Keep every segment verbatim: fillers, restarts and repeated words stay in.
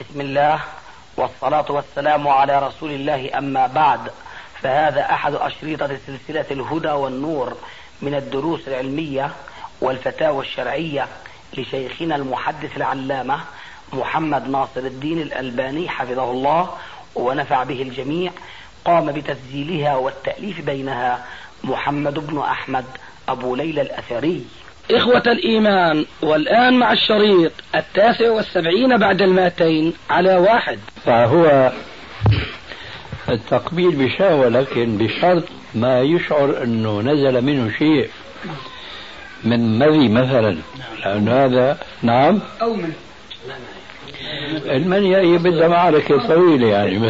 بسم الله والصلاة والسلام على رسول الله، أما بعد، فهذا أحد أشريطة سلسلة الهدى والنور من الدروس العلمية والفتاوى الشرعية لشيخنا المحدث العلامة محمد ناصر الدين الألباني حفظه الله ونفع به الجميع. قام بتسجيلها والتأليف بينها محمد بن أحمد أبو ليلى الأثري. إخوة الإيمان، والآن مع الشريط التاسع والسبعين بعد المائتين على واحد. فهو التقبيل بشهوة، لكن بشرط ما يشعر أنه نزل منه شيء من مذي مثلا، لأن هذا نعم أو من المنية هي بدها معركة طويلة يعني.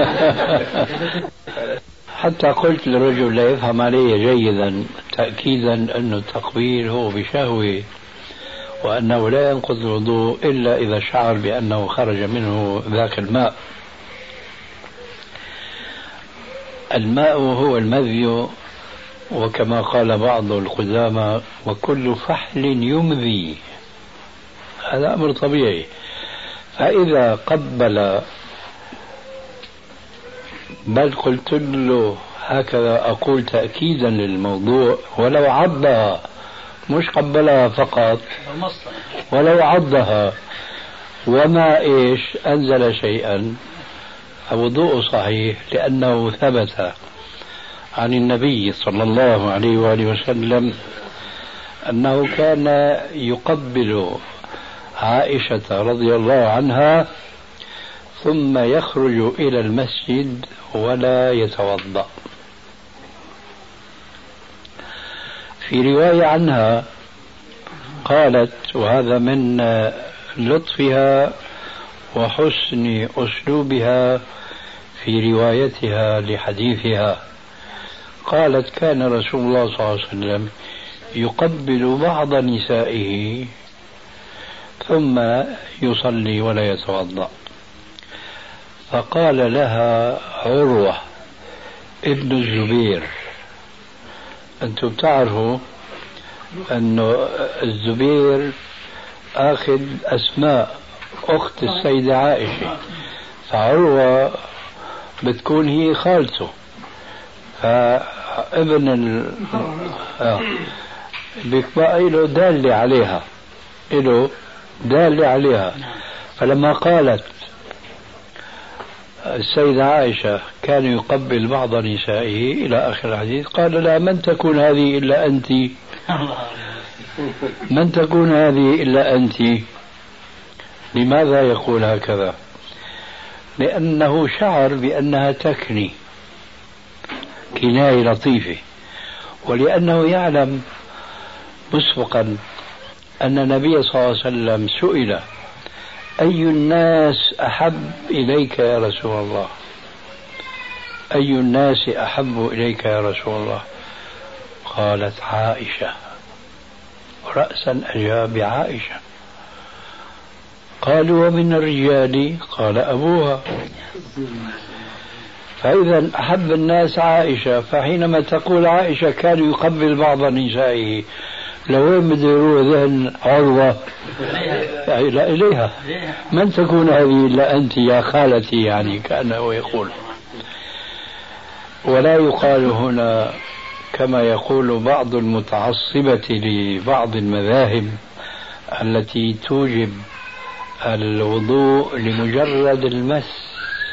حتى قلت للرجل لا يفهم علي جيدا تأكيدا أن التقبيل هو بشهوة، وأنه لا ينقض الوضوء إلا إذا شعر بأنه خرج منه ذاك الماء. الماء هو المذي، وكما قال بعض القدامى: وكل فحل يمذي. هذا أمر طبيعي. فإذا قبل، بل قلت له هكذا أقول تأكيدا للموضوع، ولو عضها مش قبلها فقط، ولو عضها وما إيش أنزل شيئا، فوضوء صحيح، لأنه ثبت عن النبي صلى الله عليه وآله وسلم أنه كان يقبل عائشة رضي الله عنها ثم يخرج إلى المسجد ولا يتوضأ. في رواية عنها قالت، وهذا من لطفها وحسن أسلوبها في روايتها لحديثها، قالت: كان رسول الله صلى الله عليه وسلم يقبل بعض نسائه ثم يصلي ولا يتوضأ. فقال لها عروة ابن الزبير، أنتم تعرفوا أن الزبير أخذ أسماء أخت السيدة عائشة، فعروة بتكون هي خالته، فابن ال... آه. بيبقى له دالة عليها، له دالة عليها. فلما قالت السيدة عائشة كان يقبل بعض نسائه إلى آخر الحديث، قال: لا، من تكون هذه إلا أنت، من تكون هذه إلا أنت. لماذا يقول هكذا؟ لأنه شعر بأنها تكني، كناية لطيفة، ولأنه يعلم مسبقا أن النبي صلى الله عليه وسلم سئل: أي الناس أحب إليك يا رسول الله؟ أي الناس أحب إليك يا رسول الله؟ قالت: عائشة. رأسا أجاب عائشة. قالوا: ومن الرجال؟ قال: أبوها. فإذا أحب الناس عائشة، فحينما تقول عائشة كان يقبل بعض نسائه، لوين بده يروح ذهن عروة؟ لا إليها. من تكون هذه إلا أنت يا خالتي، يعني كأنه يقول. ولا يقال هنا كما يقول بعض المتعصبة لبعض المذاهب التي توجب الوضوء لمجرد المس،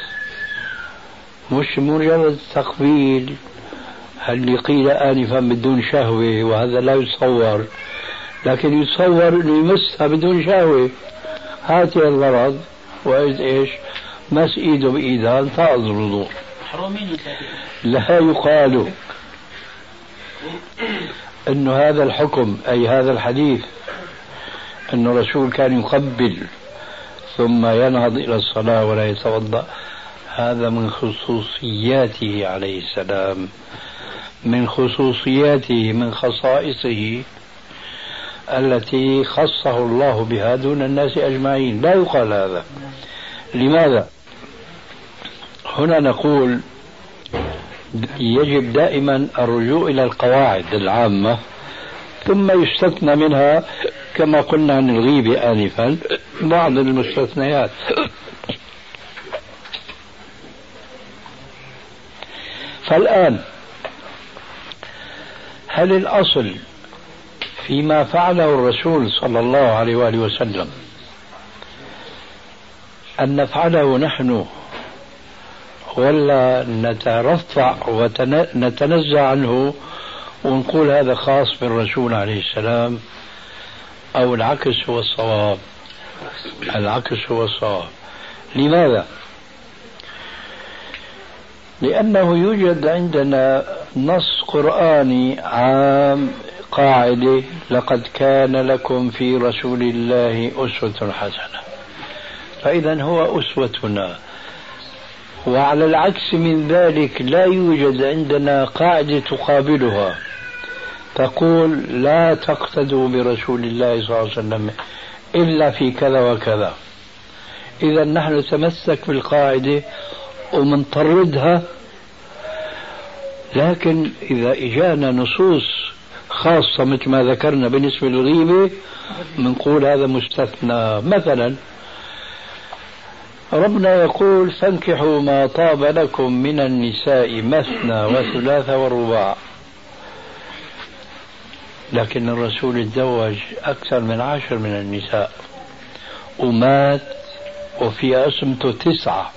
مش مجرد تقبيل، اللي قيل آنفا بدون شهوة، وهذا لا يتصور، لكن يتصور أنه يمسها بدون شهوة. هاتي الغرض، وإذ إيش مس إيده بإيدها انتقض الوضوء. لا يقال أن هذا الحكم، أي هذا الحديث، أن الرسول كان يقبل ثم ينهض إلى الصلاة ولا يتوضأ، هذا من خصوصياته عليه السلام، من خصوصياته، من خصائصه التي خصه الله بها دون الناس أجمعين. لا يقال هذا. لماذا؟ هنا نقول يجب دائما الرجوع إلى القواعد العامة، ثم يستثنى منها كما قلنا عن الغيبة آنفا بعض المستثنيات. فالآن هل الأصل فيما فعله الرسول صلى الله عليه وآله وسلم أن نفعله نحن، ولا نترفع ونتنزع عنه ونقول هذا خاص بالرسول عليه السلام، أو العكس هو الصواب؟ العكس هو الصواب. لماذا؟ لأنه يوجد عندنا نص قرآني عام، قاعدة: لقد كان لكم في رسول الله أسوة حسنة. فإذا هو أسوتنا. وعلى العكس من ذلك لا يوجد عندنا قاعدة تقابلها تقول لا تقتدوا برسول الله صلى الله عليه وسلم إلا في كذا وكذا. إذا نحن نتمسك بالقاعدة ومنطردها، لكن إذا إجانا نصوص خاصة مثل ما ذكرنا بالنسبة للغيبة بنقول هذا مستثنى. مثلا ربنا يقول: فانكحوا ما طاب لكم من النساء مثنى وثلاث ورباع. لكن الرسول تزوج أكثر من عشر من النساء ومات وفي عصمته تسعة،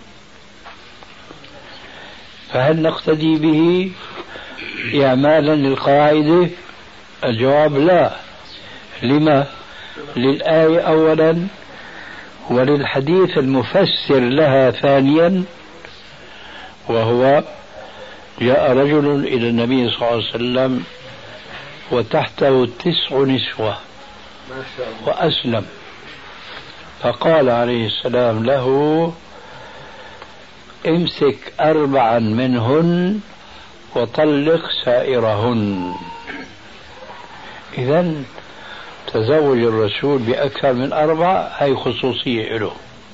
فهل نقتدي به إعمالا للقاعدة؟ الجواب لا. لما؟ للآية أولا، وللحديث المفسر لها ثانيا، وهو: جاء رجل إلى النبي صلى الله عليه وسلم وتحته تسع نسوة وأسلم، فقال عليه السلام له: امسك أربعا منهن وطلق سائرهن. إذن تزوج الرسول بأكثر من أربع، هي خصوصية له.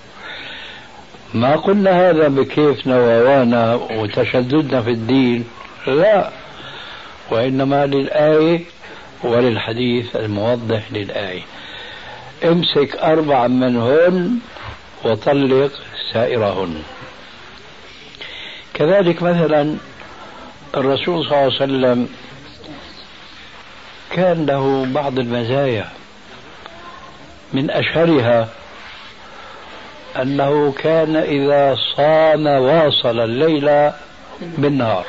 ما قلنا هذا بكيفنا ووانا وتشددنا في الدين، لا، وإنما للآية وللحديث الموضح للآية: امسك أربعا منهن وطلق سائرهن. كذلك مثلا الرسول صلى الله عليه وسلم كان له بعض المزايا، من أشهرها أنه كان إذا صام واصل الليل بالنهار،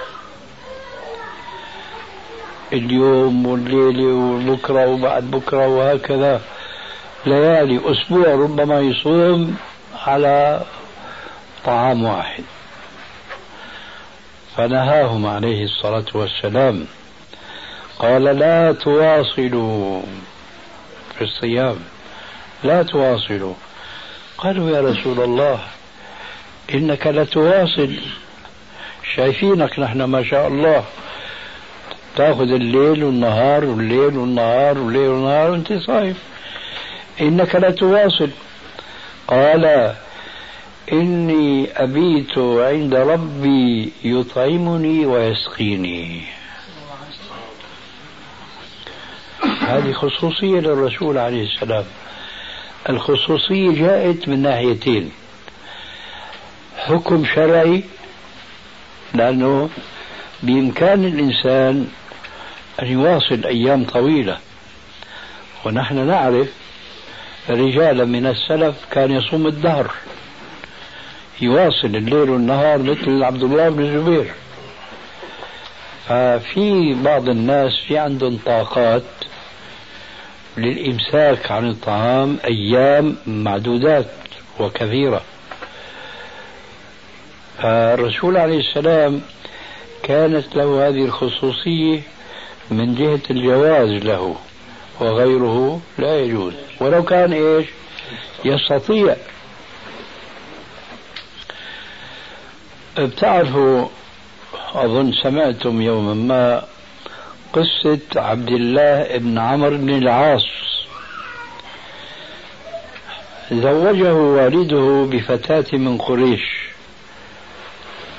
اليوم والليلة وبكرة وبعد بكرة وهكذا ليالي، أسبوع ربما يصوم على طعام واحد. فنهاهم عليه الصلاة والسلام، قال: لا تواصلوا في الصيام، لا تواصلوا. قالوا: يا رسول الله إنك لتواصل، شايفينك نحن ما شاء الله تأخذ الليل والنهار والليل والنهار والليل والنهار وانت صايم، إنك لتواصل. قال: إني أبيت عند ربي يطعمني ويسقيني. هذه خصوصية للرسول عليه السلام. الخصوصية جاءت من ناحيتين: حكم شرعي، لأنه بإمكان الإنسان أن يواصل أيام طويلة، ونحن نعرف رجالا من السلف كان يصوم الدهر، يواصل الليل والنهار مثل عبد الله بن الزبير. ففي بعض الناس في عندهم طاقات للإمساك عن الطعام أيام معدودات وكثيرة. فالرسول عليه السلام كانت له هذه الخصوصية من جهة الجواز له، وغيره لا يجوز، ولو كان إيش يستطيع. بتعرفوا، أظن سمعتم يوما ما قصة عبد الله بن عمرو بن العاص. زوجه والده بفتاة من قريش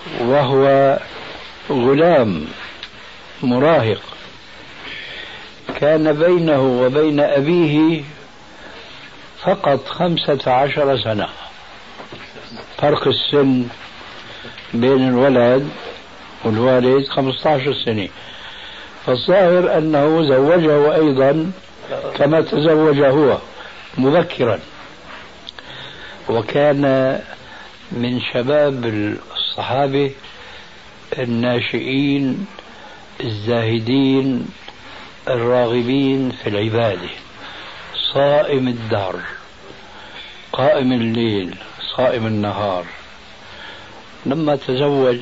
وهو غلام مراهق، كان بينه وبين أبيه فقط خمسة عشر سنة، فرق السن بين الولد والوالد خمسة عشر سنة، فالظاهر أنه زوجه أيضا كما تزوج هو مبكرا، وكان من شباب الصحابة الناشئين الزاهدين الراغبين في العبادة، صائم الدهر قائم الليل صائم النهار. لما تزوج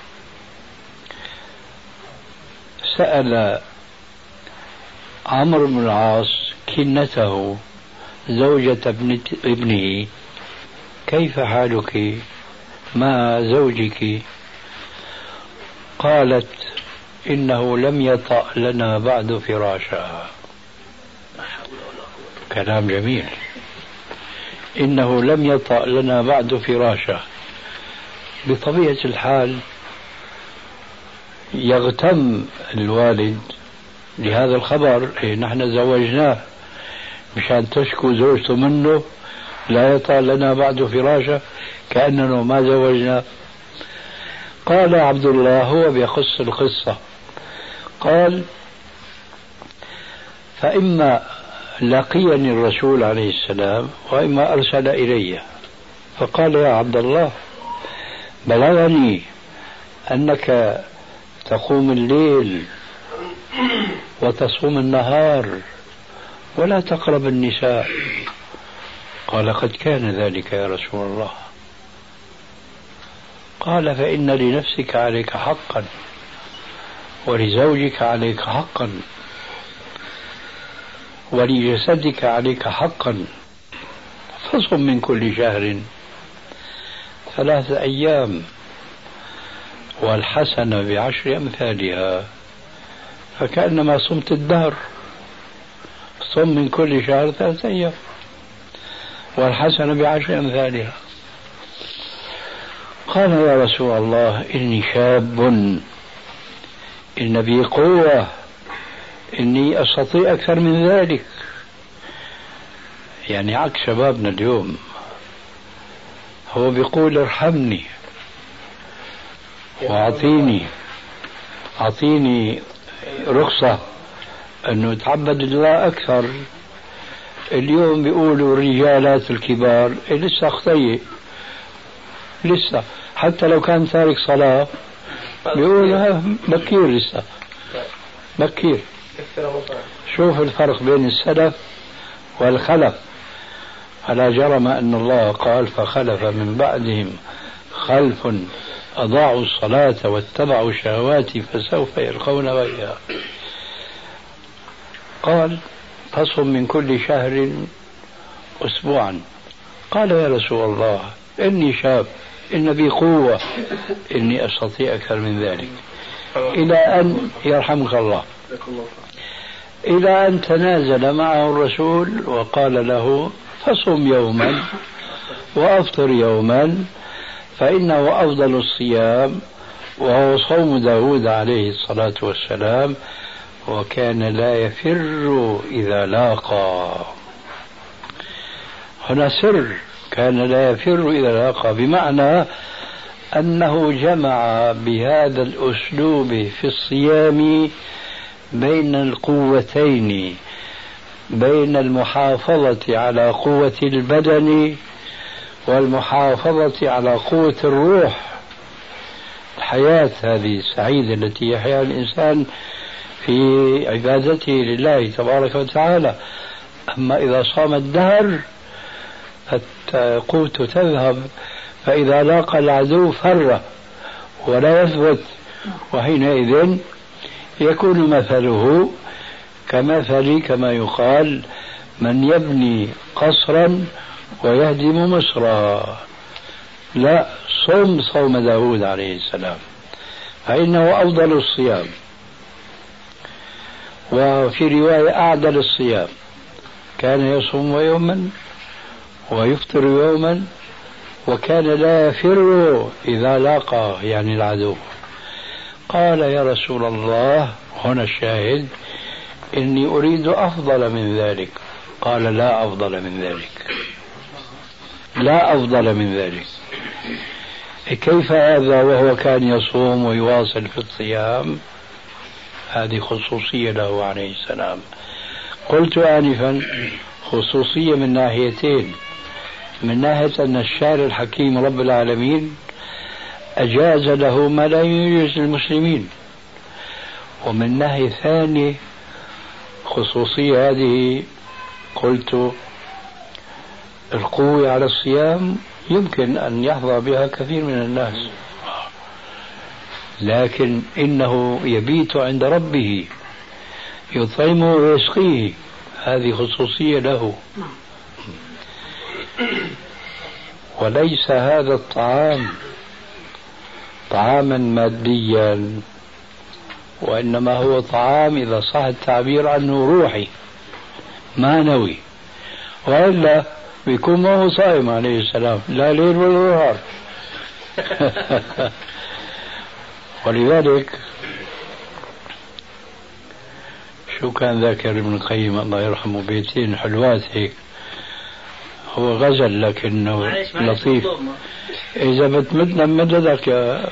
سأل عمرو بن العاص كنته زوجة ابنه: كيف حالك مع زوجك؟ قالت: إنه لم يطأ لنا بعد فراشا. كلام جميل. إنه لم يطأ لنا بعد فراشا. بطبيعة الحال يغتم الوالد لهذا الخبر، إيه نحن زوجناه مشان تشكو زوجته منه لا يطأ لنا بعد فراشا، كأننا ما زوجنا. قال عبد الله هو بيقص القصة، قال: فإما لقيني الرسول عليه السلام وإما أرسل إلي، فقال: يا عبد الله، بلغني أنك تقوم الليل وتصوم النهار ولا تقرب النساء. قال: قد كان ذلك يا رسول الله. قال: فإن لنفسك عليك حقا ولزوجك عليك حقا ولجسدك عليك حقا، فصم من كل شهر ثلاثة أيام والحسنة بعشر أمثالها، فكأنما صمت الدهر. صم من كل شهر ثلاثة أيام والحسنة بعشر أمثالها. قال: يا رسول الله، إني شاب، إن بي قوة، إني أستطيع أكثر من ذلك. يعني عكس شبابنا اليوم، هو بيقول: ارحمني وأعطيني أعطيني رخصة أنه يتعبد الله أكثر. اليوم بيقولوا الرجالات الكبار إيه لسه خطية، لسه حتى لو كان تارك صلاة بيقول بكير، لسه بكير. شوف الفرق بين السلف والخلف. فلا جرم أن الله قال: فخلف من بعدهم خلف أضاعوا الصلاة واتبعوا الشهوات فسوف يلقون غيا. قال: فصم من كل شهر أسبوعا. قال: يا رسول الله، إني شاب، إن بي قوة، إني أستطيع أكثر من ذلك. إلى أن يرحمك الله، إلى أن تنازل معه الرسول وقال له: فصم يوما وأفطر يوما، فإنه أفضل الصيام، وهو صوم داود عليه الصلاة والسلام، وكان لا يفر إذا لاقى. هنا سر، كان لا يفر إذا لاقى، بمعنى أنه جمع بهذا الأسلوب في الصيام بين القوتين، بين المحافظة على قوة البدن والمحافظة على قوة الروح، الحياة هذه السعيدة التي يحياها الإنسان في عبادته لله تبارك وتعالى. أما إذا صام الدهر فالقوت تذهب، فإذا لاقى العدو فر ولا يثبت، وحينئذ يكون مثله كمثل، كما يقال: من يبني قصرا ويهدم مصرا. لا، صم صوم داود عليه السلام، فإنه أفضل الصيام، وفي رواية أعدل الصيام. كان يصوم يوما ويفطر يوما، وكان لا يفر إذا لاقى يعني العدو. قال: يا رسول الله، هنا الشاهد، إني أريد أفضل من ذلك. قال لا أفضل من ذلك، لا أفضل من ذلك. كيف هذا وهو كان يصوم ويواصل في الصيام؟ هذه خصوصية له عليه السلام. قلت آنفا خصوصية من ناحيتين: من ناحية أن الشارع الحكيم رب العالمين أجاز له ما لا يجوز للمسلمين، ومن ناحية ثانية خصوصية هذه قلت القوة على الصيام يمكن أن يحظى بها كثير من الناس، لكن إنه يبيت عند ربه يطعمه ويسقيه، هذه خصوصية له. وليس هذا الطعام طعاما ماديا، وإنما هو طعام إذا صح التعبير عنه روحي معنوي، وإلا بيكون ما هو صائم عليه السلام لا ليل ولا نهار. ولذلك شو كان ذاكر ابن القيم الله يرحمه بيتين حلوات هيك، هو غزل لكنه لطيف. إذا بتمدنا مددك يا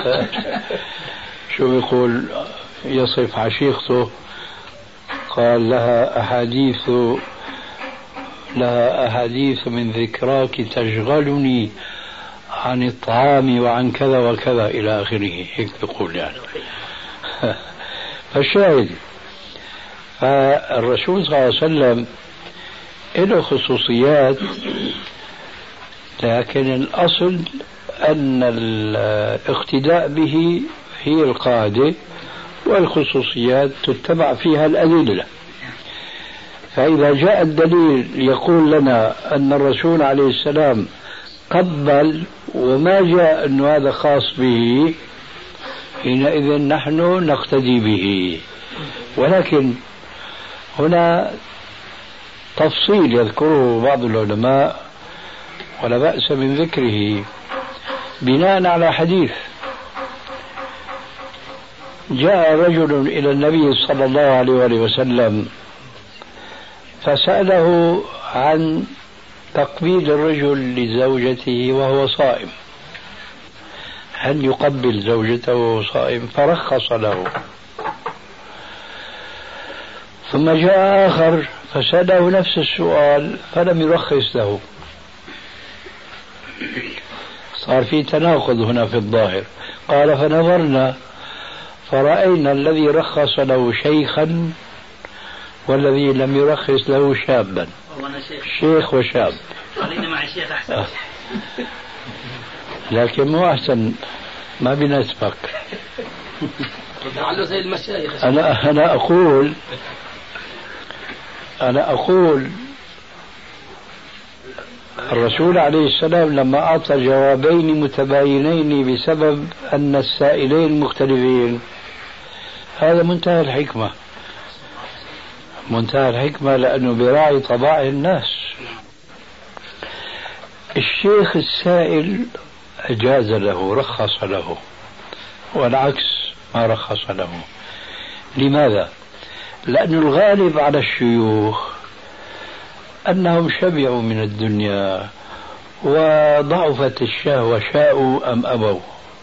شو بيقول يصف عشيقته، قال لها أحاديث لها أحاديث من ذكراك تشغلني عن الطعام وعن كذا وكذا إلى آخره، هيك يقول يعني. فالشاهد فالرسول صلى الله عليه وسلم له خصوصيات، لكن الأصل أن الاقتداء به هي القاعدة، والخصوصيات تتبع فيها الأدلة. فإذا جاء الدليل يقول لنا أن الرسول عليه السلام قبل وما جاء أن هذا خاص به، حينئذ نحن نقتدي به. ولكن هنا تفصيل يذكره بعض العلماء ولا بأس من ذكره بناء على حديث. جاء رجل إلى النبي صلى الله عليه وسلم فسأله عن تقبيل الرجل لزوجته وهو صائم، هل يقبل زوجته وهو صائم؟ فرخص له. ثم جاء آخر فسأله نفس السؤال فلم يرخص له. صار في تناقض هنا في الظاهر. قال فنظرنا فرأينا الذي رخص له شيخا والذي لم يرخص له شابا. شيخ وشاب. خلينا مع الشيخ أحسن. لكن مو أحسن، ما بيناسبك. زي المشايخ. أنا أنا أقول أنا أقول الرسول عليه السلام لما أعطى جوابين متباينين بسبب أن السائلين مختلفين، هذا منتهى الحكمة، منتهى الحكمة، لأنه براعي طباع الناس. الشيخ السائل أجاز له، رخص له، والعكس ما رخص له. لماذا؟ لأن الغالب على الشيوخ أنهم شبعوا من الدنيا وضعفت الشهوة شاءوا أم أبوا،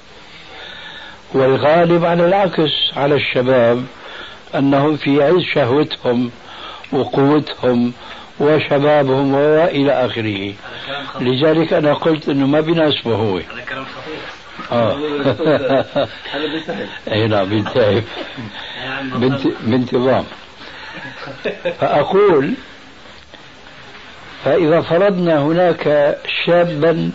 والغالب على العكس على الشباب أنهم في عز شهوتهم وقوتهم وشبابهم وإلى آخره. لذلك أنا قلت أنه ما بيناسبه هو. هذا كلام خطير. آه. هذا بينتهي. أي نعم بينتهي بانتظام. فأقول فإذا فرضنا هناك شابا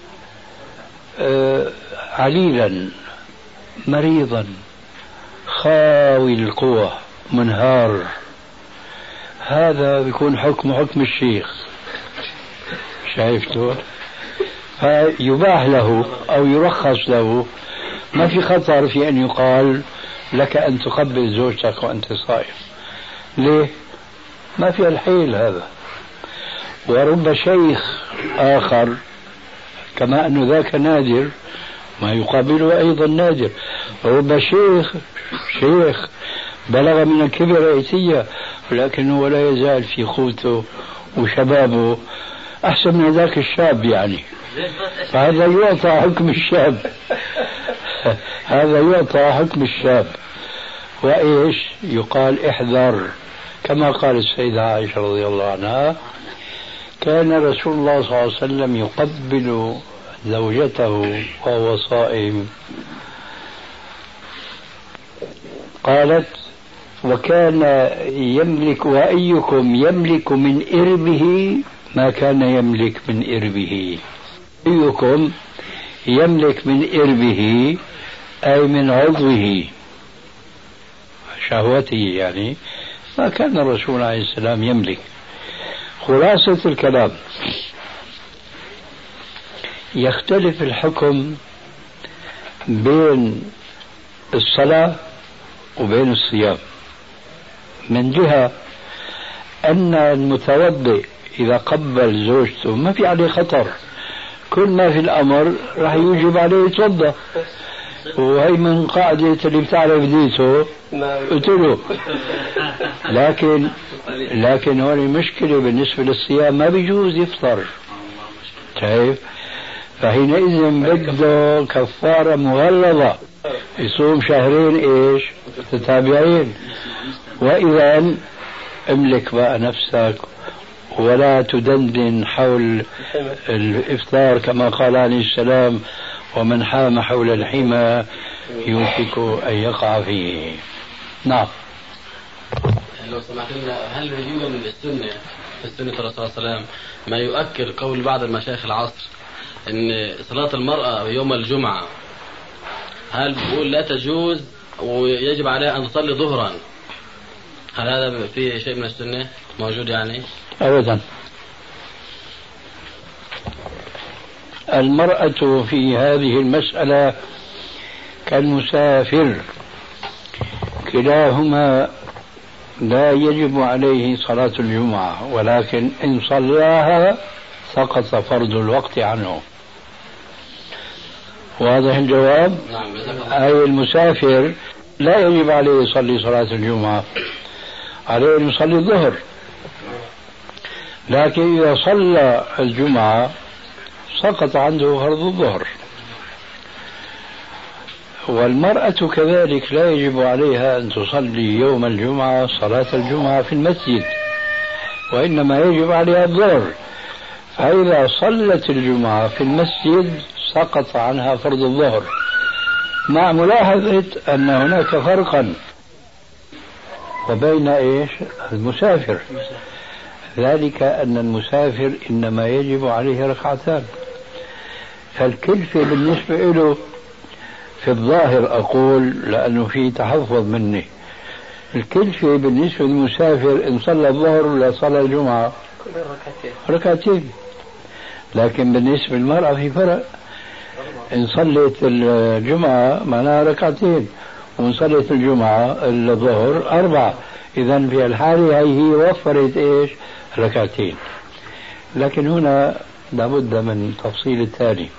عليلا مريضا خاوي القوة منهار، هذا بيكون حكم حكم الشيخ، شايفته؟ فيباح له أو يرخص له، ما في خطر في أن يقال لك أن تقبل زوجتك وأنت صائم. ليه؟ ما في الحيل هذا. ورب شيخ آخر كما أنه ذاك نادر ما يقابله أيضا نادر. رب شيخ شيخ بلغ من الكبر عتية، ولكنه لا يزال في قوته وشبابه أحسن من ذاك الشاب يعني. فهذا يعطى حكم الشاب هذا يعطى حكم الشاب. وإيش يقال؟ احذر، كما قال السيدة عائشة رضي الله عنها: كان رسول الله صلى الله عليه وسلم يقبل زوجته وهو صائم. قالت: وكان يملك وأيكم يملك من إربه ما كان يملك من إربه. أيكم يملك من إربه أي من عضوه شهوته، يعني ما كان الرسول عليه السلام يملك. خلاصة الكلام: يختلف الحكم بين الصلاة وبين الصيام من جهة أن المتوضئ إذا قبل زوجته ما في عليه خطر، كل ما في الأمر راح يوجب عليه يتوضأ، وهي من قاعدة اللي بتعرف ديته قتله. لكن لكن هون المشكلة بالنسبة للصيام ما بيجوز يفطر، شايف؟ فحينئذ بده كفارة مغلظة، يصوم شهرين ايش متتابعين. وإذا املك بقى نفسك ولا تدندن حول الإفطار، كما قال عليه السلام: ومن حام حول الحمى يوشك أن يقع فيه. نعم. لو سمحت لنا، هل يوجد من السنة في السنة الرسول صلى الله عليه وسلم ما يؤكد قول بعض المشايخ العصر أن صلاة المرأة يوم الجمعة هل بيقول لا تجوز ويجب عليها أن تصلي ظهرا؟ هل هذا فيه شيء من السنة موجود يعني؟ أبدا. المرأة في هذه المسألة كالمسافر، كلاهما لا يجب عليه صلاة الجمعة، ولكن إن صلاها سقط فرض الوقت عنه. واضح الجواب؟ نعم. أي المسافر لا يجب عليه يصلي صلاة الجمعة، عليه أن يصلي الظهر، لكن إذا صلى الجمعة سقط عنده فرض الظهر. والمرأة كذلك لا يجب عليها أن تصلي يوم الجمعة صلاة الجمعة في المسجد، وإنما يجب عليها الظهر، فإذا صلت الجمعة في المسجد سقط عنها فرض الظهر، مع ملاحظة أن هناك فرقا وبين إيش المسافر، ذلك أن المسافر إنما يجب عليه ركعتان، فالكلفة بالنسبة له في الظاهر أقول لأنه في تحفظ مني، الكلفة بالنسبة للمسافر إن صلى الظهر ولا صلى الجمعة ركعتين، لكن بالنسبة للمرأة في فرق، إن صلت الجمعة معناها ركعتين، وإن صلت الجمعة الظهر أربعة، إذا في الحالة هي وفرت إيش ركعتين. لكن هنا لابد من تفصيل التالي.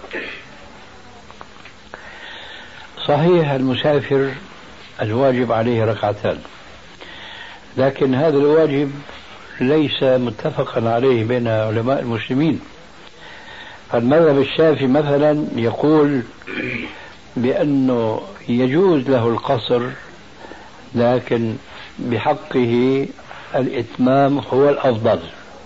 صحيح المسافر الواجب عليه ركعتان، لكن هذا الواجب ليس متفقا عليه بين علماء المسلمين. فالمذهب الشافعي مثلا يقول بأنه يجوز له القصر، لكن بحقه الإتمام هو الأفضل.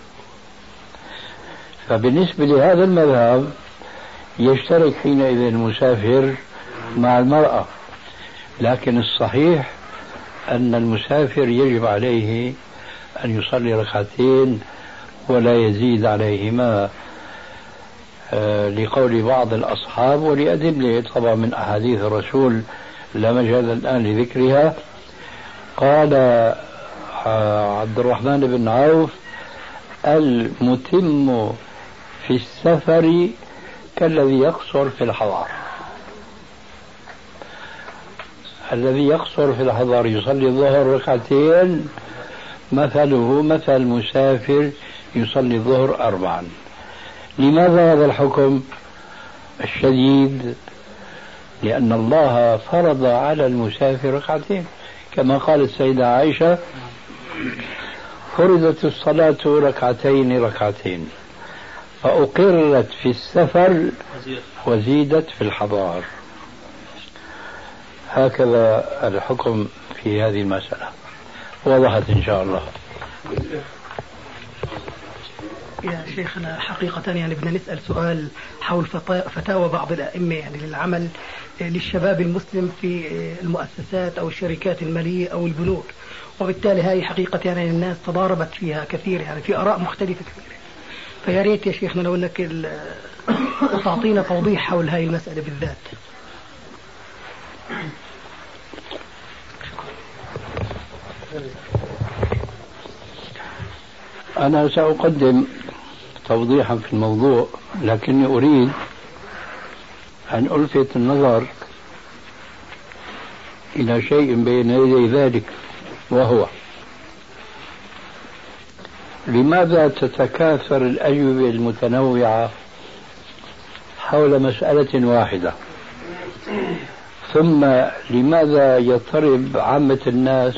فبالنسبة لهذا المذهب يشترك حينئذ المسافر مع المرأة، لكن الصحيح أن المسافر يجب عليه أن يصلي ركعتين ولا يزيد عليهما، لقول بعض الأصحاب ولأدلة طبعا من أحاديث الرسول لا مجال الآن لذكرها. قال عبد الرحمن بن عوف: المتم في السفر كالذي يقصر في الحضر. الذي يقصر في الحضر يصلي الظهر ركعتين، مثله مثل مسافر يصلي الظهر أربعا. لماذا هذا الحكم الشديد؟ لأن الله فرض على المسافر ركعتين، كما قالت السيدة عائشة: فرضت الصلاة ركعتين ركعتين فأقرت في السفر وزيدت في الحضار. هكذا الحكم في هذه المسألة. وضحت إن شاء الله. يا شيخنا حقيقة يعني بدنا نسأل سؤال حول فتاوى بعض الأئمة يعني للعمل للشباب المسلم في المؤسسات أو الشركات المالية أو البنوك، وبالتالي هاي حقيقة يعني الناس تضاربت فيها كثير، يعني في آراء مختلفة كثيرة. فيا ريت يا شيخنا لو أنك تعطينا توضيح حول هاي المسألة بالذات. أنا سأقدم توضيحا في الموضوع، لكني أريد أن ألفت النظر إلى شيء بين يدي ذلك، وهو: لماذا تتكاثر الأجوبة المتنوعة حول مسألة واحدة، ثم لماذا يضطرب عامة الناس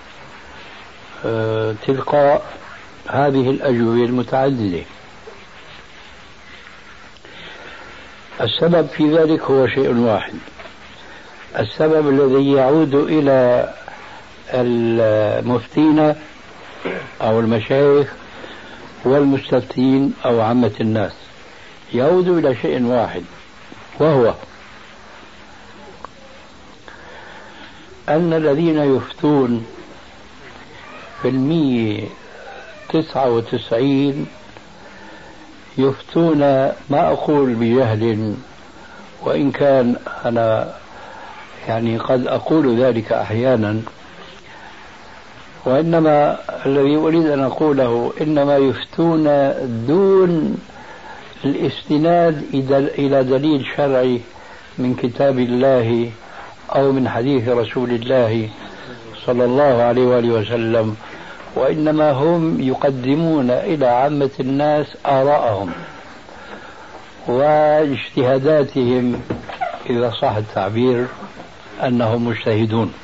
تلقاء هذه الأجوبة المتعددة؟ السبب في ذلك هو شيء واحد، السبب الذي يعود إلى المفتين أو المشايخ والمستفتين أو عامة الناس، يعود إلى شيء واحد، وهو أن الذين يفتون في المية تسعة وتسعين يفتون، ما أقول بجهل، وإن كان أنا يعني قد أقول ذلك أحيانا، وإنما الذي أريد أن أقوله إنما يفتون دون الاستناد إلى دليل شرعي من كتاب الله أو من حديث رسول الله صلى الله عليه وآله وسلم، وإنما هم يقدمون إلى عامة الناس آراءهم واجتهاداتهم، إذا صح التعبير أنهم مجتهدون.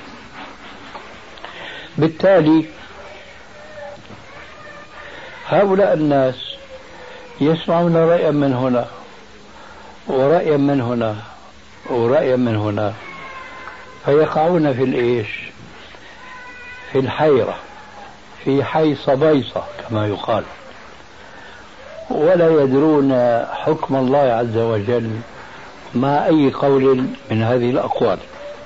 بالتالي هؤلاء الناس يسمعون رأيا من هنا ورأيا من هنا ورأيا من هنا، فيقعون في الإيش؟ في الحيرة، في حيص بيصة كما يقال، ولا يدرون حكم الله عز وجل مع أي قول من هذه الأقوال.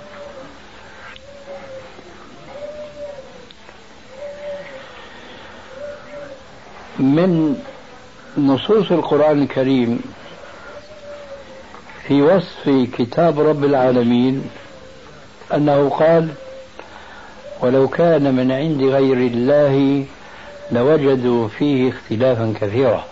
من نصوص القرآن الكريم في وصف كتاب رب العالمين أنه قال: ولو كان من عند غير الله لوجدوا فيه اختلافا كثيرا.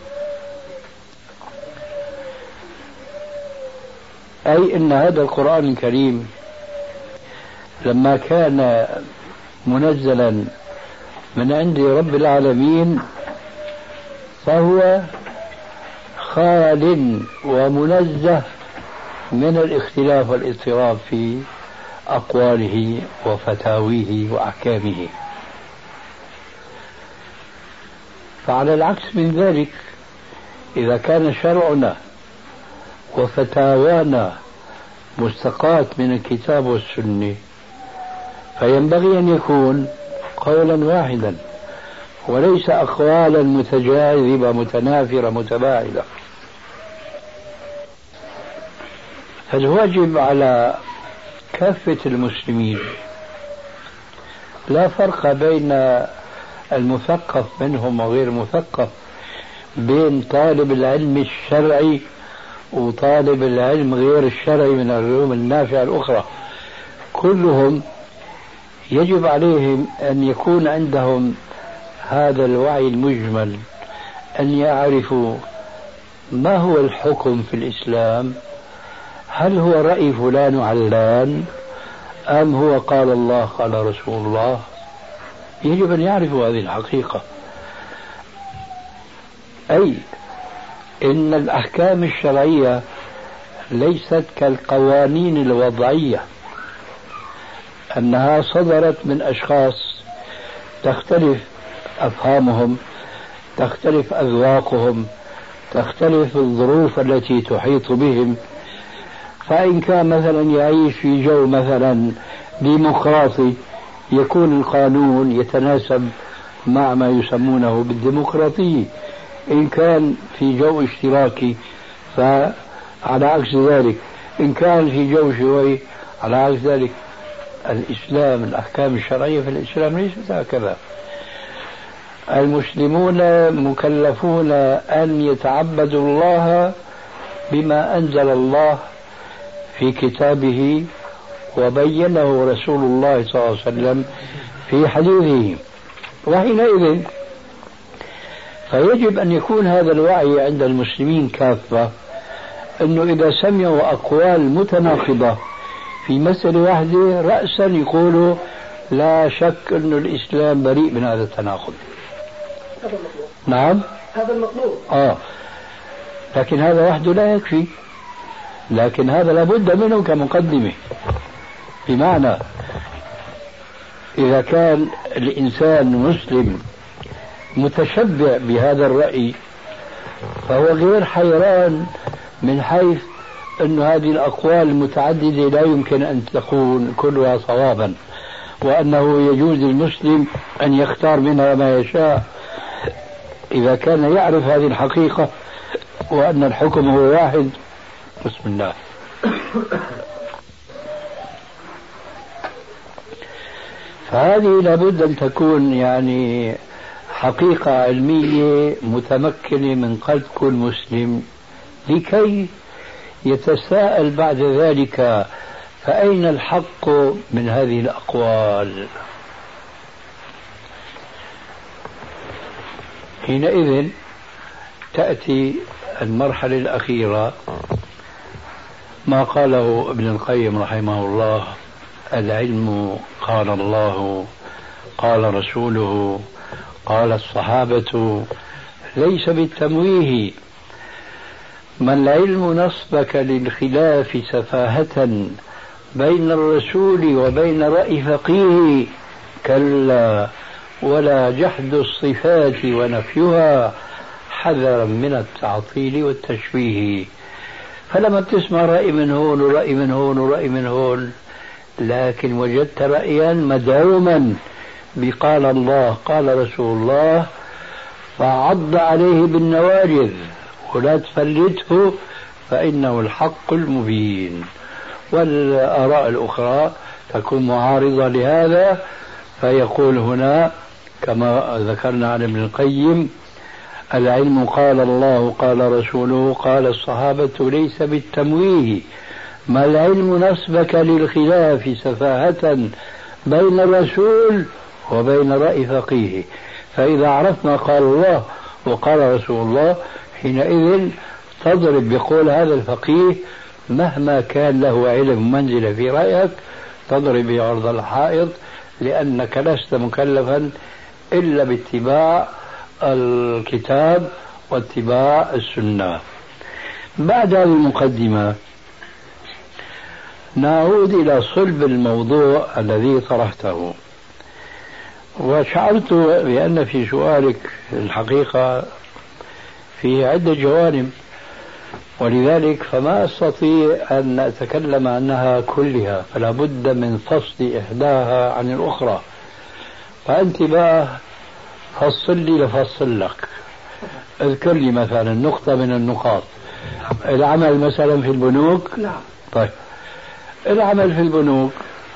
أي إن هذا القرآن الكريم لما كان منزلا من عند رب العالمين فهو خال ومنزه من الاختلاف والاضطراب في أقواله وفتاويه وأحكامه. فعلى العكس من ذلك، إذا كان شرعنا وفتاوانا مستقاة من الكتاب والسنة فينبغي أن يكون قولا واحدا وليس أقوالا متجاذبة متنافرة متباعدة. فالواجب على كافة المسلمين، لا فرق بين المثقف منهم وغير المثقف، بين طالب العلم الشرعي وطالب العلم غير الشرعي من العلوم النافعة الأخرى، كلهم يجب عليهم أن يكون عندهم هذا الوعي المجمل، أن يعرفوا ما هو الحكم في الإسلام، هل هو رأي فلان وعلان أم هو قال الله قال رسول الله. يجب أن يعرفوا هذه الحقيقة، أي إن الأحكام الشرعية ليست كالقوانين الوضعية أنها صدرت من أشخاص تختلف أفهامهم، تختلف أذواقهم، تختلف الظروف التي تحيط بهم. فإن كان مثلا يعيش في جو مثلا ديمقراطي يكون القانون يتناسب مع ما يسمونه بالديمقراطية. إن كان في جو اشتراكي فعلى عكس ذلك. إن كان في جو شيوعي على عكس ذلك. الإسلام الأحكام الشرعية في الإسلام ليست هكذا. المسلمون مكلفون أن يتعبدوا الله بما أنزل الله في كتابه وبينه رسول الله صلى الله عليه وسلم في حديثه. وحينئذ فيجب أن يكون هذا الوعي عند المسلمين كافة، أنه إذا سمعوا أقوال متناقضة في مسألة واحدة رأسا يقولوا لا شك أن الإسلام بريء من هذا التناقض. هذا المطلوب. نعم هذا المطلوب. آه لكن هذا وحده لا يكفي، لكن هذا لابد منه كمقدمة. بمعنى إذا كان الإنسان مسلم متشبع بهذا الرأي فهو غير حيران من حيث أن هذه الأقوال المتعددة لا يمكن أن تكون كلها صوابا، وأنه يجوز للمسلم أن يختار منها ما يشاء إذا كان يعرف هذه الحقيقة وأن الحكم هو واحد. بسم الله. فهذه لابد أن تكون يعني حقيقة علمية متمكنة من قلب كل مسلم لكي يتساءل بعد ذلك فأين الحق من هذه الأقوال. حينئذ تأتي المرحلة الأخيرة ما قاله ابن القيم رحمه الله: العلم قال الله قال رسوله قال الصحابة ليس بالتمويه. ما العلم نصبك للخلاف سفاهة بين الرسول وبين رأي فقيه، كلا ولا جحد الصفات ونفيها حذرا من التعطيل والتشبيه. فلما بتسمع رأي من هون ورأي من هون ورأي من هون لكن وجدت رأيا مدعوما بقال الله قال رسول الله فعض عليه بالنواجذ ولا تفلته فإنه الحق المبين. والآراء الأخرى تكون معارضة لهذا، فيقول هنا كما ذكرنا عن ابن القيم: العلم قال الله قال رسوله قال الصحابة ليس بالتمويه. ما العلم نسبك للخلاف سفاهة بين الرسول وبين رأي فقيه. فإذا عرفنا قال الله وقال رسول الله حينئذ تضرب بقول هذا الفقيه مهما كان له علم منزل في رأيك تضرب بعرض الحائط، لأنك لست مكلفا إلا باتباع الكتاب واتباع السنة. بعد هذه المقدمة نعود إلى صلب الموضوع الذي طرحته. وشعرت بأن في سؤالك الحقيقة فيه عدة جوانب، ولذلك فما أستطيع أن أتكلم عنها كلها، فلا بد من فصل إحداها عن الأخرى. فأنت بقى فصل لي لفصل لك. اذكر لي مثلا نقطة من النقاط. العمل مثلا في البنوك. نعم. طيب العمل في البنوك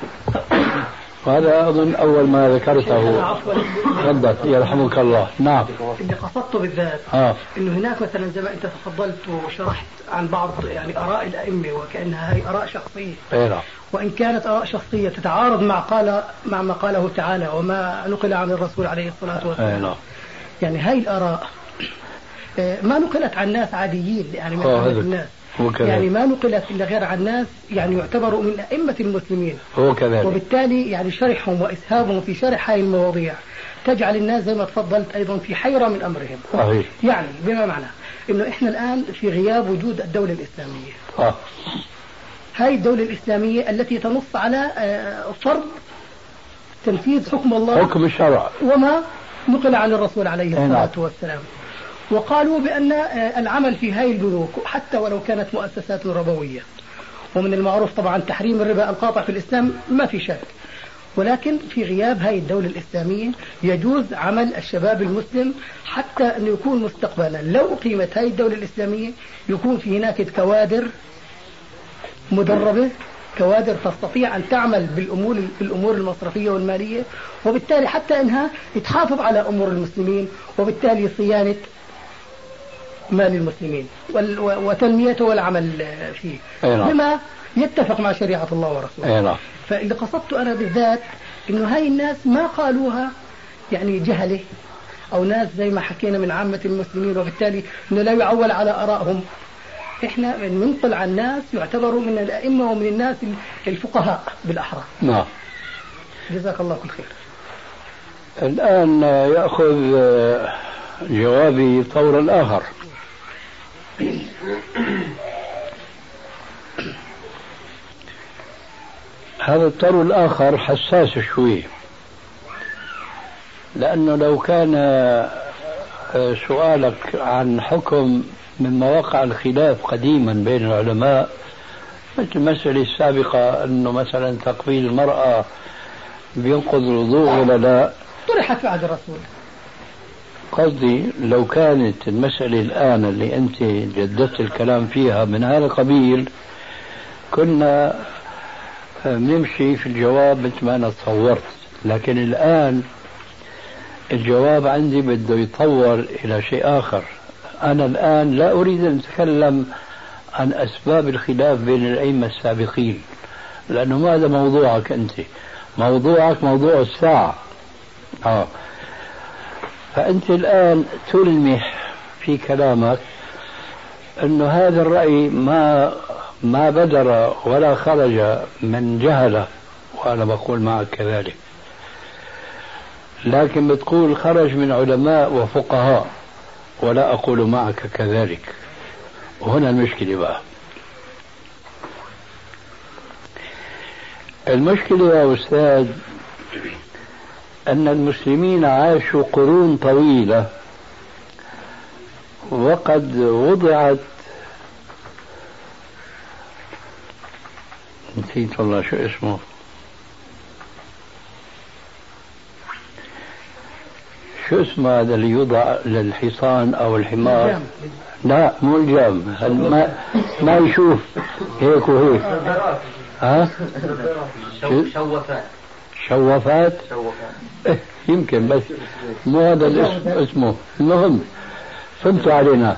وهذا أظن أول ما ذكرته. تفضل يرحمك الله. نعم. اللي قصدته بالذات آه. إنه هناك مثلا زي ما أنت تفضلت وشرحت عن بعض يعني آراء الأئمة وكأنها هي آراء شخصية. إيه. وإن كانت آراء شخصية تتعارض مع قال مع ما قاله تعالى وما نقل عن الرسول عليه الصلاة والسلام. إيه. يعني هاي الآراء ما نقلت عن ناس عاديين يعني من الناس. يعني ما نقلت إلا غير عن ناس يعني يعتبروا من أئمة المسلمين. هو كذلك. وبالتالي يعني شرحهم وإسهابهم في شرح هذه المواضيع تجعل الناس زي ما تفضلت أيضا في حيرة من أمرهم. صحيح. يعني بما معنى إنه إحنا الآن في غياب وجود الدولة الإسلامية. آه. هاي الدولة الإسلامية التي تنص على فرض تنفيذ حكم الله، حكم الشرع وما نقل عن الرسول عليه الصلاة والسلام. وقالوا بأن العمل في هاي البنوك حتى ولو كانت مؤسسات ربوية، ومن المعروف طبعا تحريم الربا القاطع في الإسلام ما في شك، ولكن في غياب هاي الدولة الإسلامية يجوز عمل الشباب المسلم حتى أن يكون مستقبلا لو قيمت هاي الدولة الإسلامية يكون في هناك كوادر مدربة، كوادر تستطيع أن تعمل بالأمور بالأمور المصرفية والمالية، وبالتالي حتى أنها تحافظ على أمور المسلمين، وبالتالي صيانة مال المسلمين وتنميته والعمل فيه بما يتفق مع شريعة الله ورسوله. فاللي قصدت أنا بالذات إنه هاي الناس ما قالوها يعني جهلة أو ناس زي ما حكينا من عامة المسلمين، وبالتالي إنه لا يعول على آرائهم. إحنا ننقل عن ناس يعتبروا من الأئمة ومن الناس الفقهاء بالأحرى. نعم. جزاك الله كل خير. الآن يأخذ جوابي طورا آخر. هذا الطور الآخر حساس شوي، لأنه لو كان سؤالك عن حكم من مواقع الخلاف قديما بين العلماء مثل المسألة السابقة أنه مثلا تقبيل المرأة بينقض الوضوء ولا لا، طرحت بعد الرسول. قصدي لو كانت المسألة الآن اللي أنت جددت الكلام فيها من هذا القبيل كنا نمشي في الجواب مثل ما أنا تصورت، لكن الآن الجواب عندي بده يتطور إلى شيء آخر. أنا الآن لا أريد أن أتكلم عن أسباب الخلاف بين الأئمة السابقين، لأنه ما هذا موضوعك أنت، موضوعك موضوع الساعة. آه. فأنت الآن تلمح في كلامك أنه هذا الرأي ما ما بدر ولا خرج من جهلة، وأنا بقول معك كذلك، لكن بتقول خرج من علماء وفقهاء، ولا أقول معك كذلك. وهنا المشكلة بقى. المشكلة يا أستاذ أن المسلمين عاشوا قرون طويلة وقد وضعت، نسيت والله شو اسمه، شو اسمه هذا اللي يوضع للحصان أو الحمار؟ لا مو الجام، ما ما يشوف هيك وهيك. ها؟ شوفات. شوفات؟ إيه يمكن، بس مو هذا الاسم اسمه. المهم فهمتوا علينا.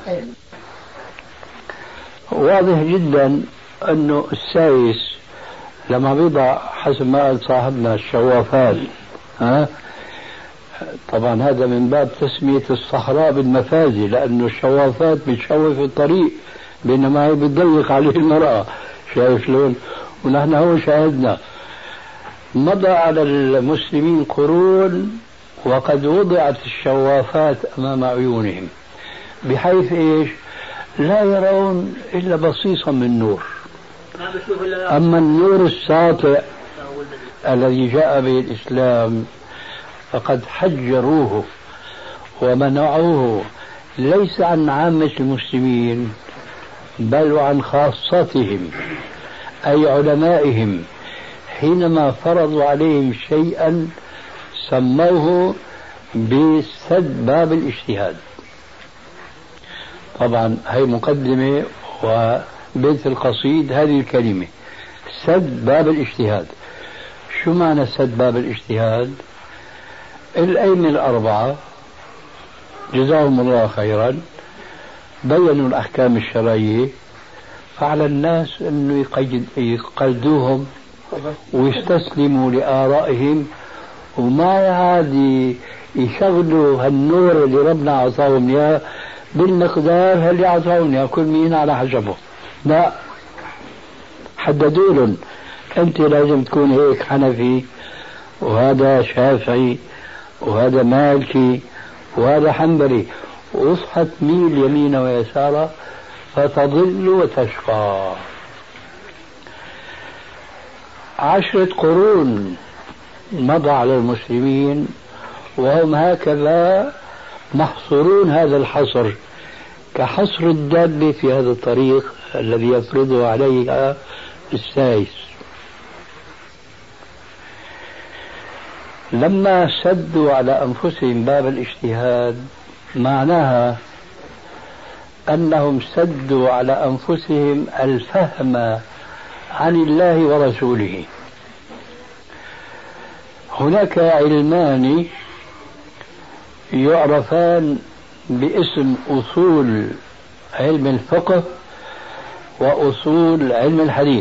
واضح جدا أنه السايس لما بيضع حسب ما قال صاحبنا الشوافات، ها، طبعا هذا من باب تسمية الصحراء بالمفازي، لأنه الشوافات بتشوف الطريق بينما هي بتضيق عليه المرأة. شايف شلون؟ ونحن هو شاهدنا. مضى على المسلمين قرون وقد وضعت الشوافات أمام عيونهم بحيث إيش؟ لا يرون إلا بصيصا من نور. أما النور الساطع الذي جاء به الإسلام فقد حجروه ومنعوه ليس عن عامة المسلمين بل وعن خاصتهم أي علمائهم، حينما فرضوا عليهم شيئا سموه بسد باب الاجتهاد. طبعا هي مقدمة وبيت القصيد هذه الكلمة سد باب الاجتهاد. شو معنى سد باب الاجتهاد؟ الأئمة الأربعة جزاهم الله خيرا بينوا الأحكام الشرعية، فعلى الناس أنه يقلدوهم ويستسلموا لآرائهم وما عاد يشغلوا هالنور اللي ربنا عطاهم إياه بالمقدار اللي عطاهم إياه، كل مين على حسبه. لا، حددوا لهم أنت لازم تكون هيك حنفي، وهذا شافعي، وهذا مالكي، وهذا حنبلي، واصحى تميل يمينا ويسارا فتضل وتشقى. عشرة قرون مضى على المسلمين وهم هكذا محصورون هذا الحصر كحصر الدابة في هذا الطريق الذي يفرضه عليها السائس. لما سدوا على أنفسهم باب الاجتهاد معناها أنهم سدوا على أنفسهم الفهم عن الله ورسوله. هناك علمان يعرفان باسم أصول علم الفقه وأصول علم الحديث.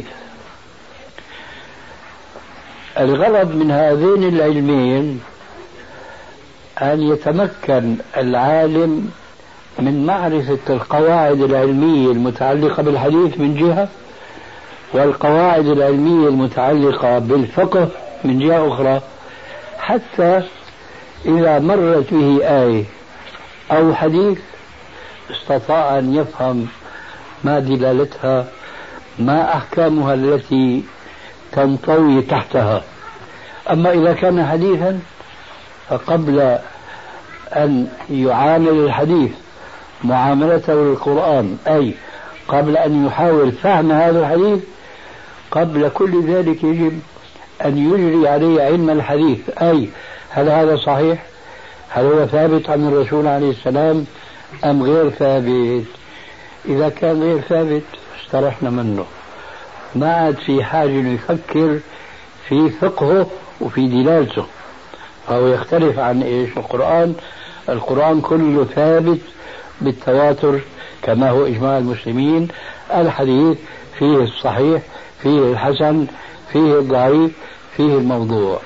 الغرض من هذين العلمين أن يتمكن العالم من معرفة القواعد العلمية المتعلقة بالحديث من جهة، والقواعد العلمية المتعلقة بالفقه من جهة أخرى، حتى إذا مرت به آية أو حديث استطاع أن يفهم ما دلالتها، ما أحكامها التي تنطوي تحتها. أما إذا كان حديثا فقبل أن يعامل الحديث معاملته للقرآن، أي قبل أن يحاول فهم هذا الحديث، قبل كل ذلك يجب أن يجري عليه علم الحديث، أي هل هذا صحيح؟ هل هو ثابت عن الرسول عليه السلام أم غير ثابت؟ إذا كان غير ثابت استرحنا منه، ما عاد في حاجة أن يفكر في فقهه وفي دلالته، فهو يختلف عن إيش؟ القرآن. القرآن كله ثابت بالتواتر كما هو إجماع المسلمين. الحديث فيه الصحيح، فيه الحسن، فيه الضعيف، فيه الموضوع.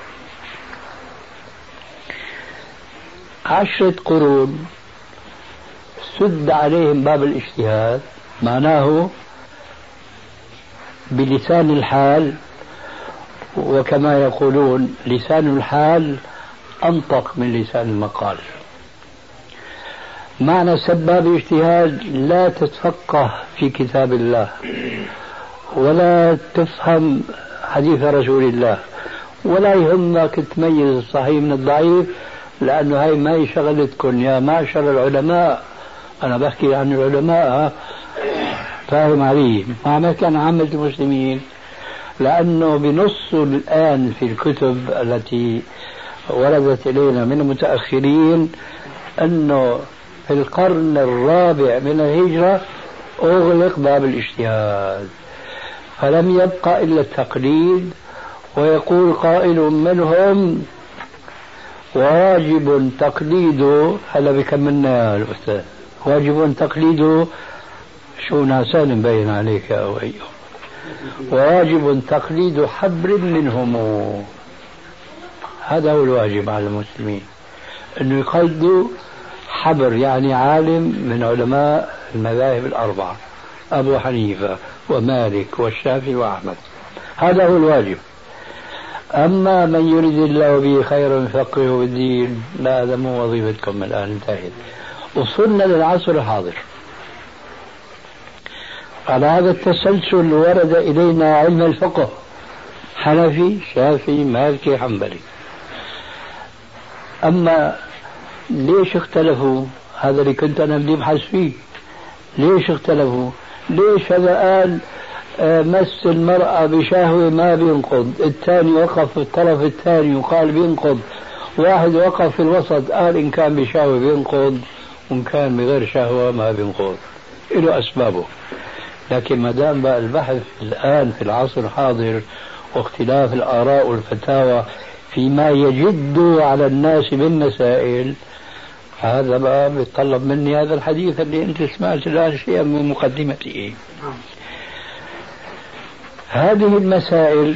عشرة قرون سد عليهم باب الاجتهاد، معناه بلسان الحال، وكما يقولون لسان الحال أنطق من لسان المقال. معنى سد باب الاجتهاد لا تتفقه في كتاب الله ولا تفهم حديث رسول الله ولا يهمك تميز الصحيح من الضعيف، لأنه هاي ما شغلتكم يا معشر العلماء. أنا بحكي عن العلماء، فاهم علي؟ ما بحكي عن عامة المسلمين، لأنه بنص الآن في الكتب التي وردت إلينا من المتأخرين أنه في القرن الرابع من الهجرة أغلق باب الاجتهاد، فلم يبقى إلا التقليد. ويقول قائل منهم واجب تقليده، هلا بكملنا يا الأستاذ، واجب تقليده شو ناسان مبين عليك أو أيهم، وواجب تقليد حبر منهم. هذا هو الواجب على المسلمين، أنه يقلدوا حبر، يعني عالم من علماء المذاهب الأربعة، أبو حنيفة ومالك والشافعي وأحمد. هذا هو الواجب. أما من يريد الله به خيرا يفقهه بالدين، لا، هذا مو وظيفتكم الآن، انتهت. وصلنا للعصر الحاضر. على هذا التسلسل ورد إلينا علم الفقه، حنفي، شافعي، مالكي، حنبلي. أما ليش اختلفوا؟ هذا اللي كنت أنا بدي أبحث فيه. ليش اختلفوا؟ ليش هذا قال مس المرأة بشهوة ما بينقض، الثاني وقف في الطرف الثاني وقال بينقض، واحد وقف في الوسط قال إن كان بشهوة بينقض وإن كان بغير شهوة ما بينقض، له أسبابه. لكن ما دام بقى البحث الآن في العصر الحاضر واختلاف الآراء والفتاوى فيما يجد على الناس من مسائل، هذا بقى بيتطلب مني هذا الحديث اللي أنت سمعت الآن شيئا من مقدمته. هذه المسائل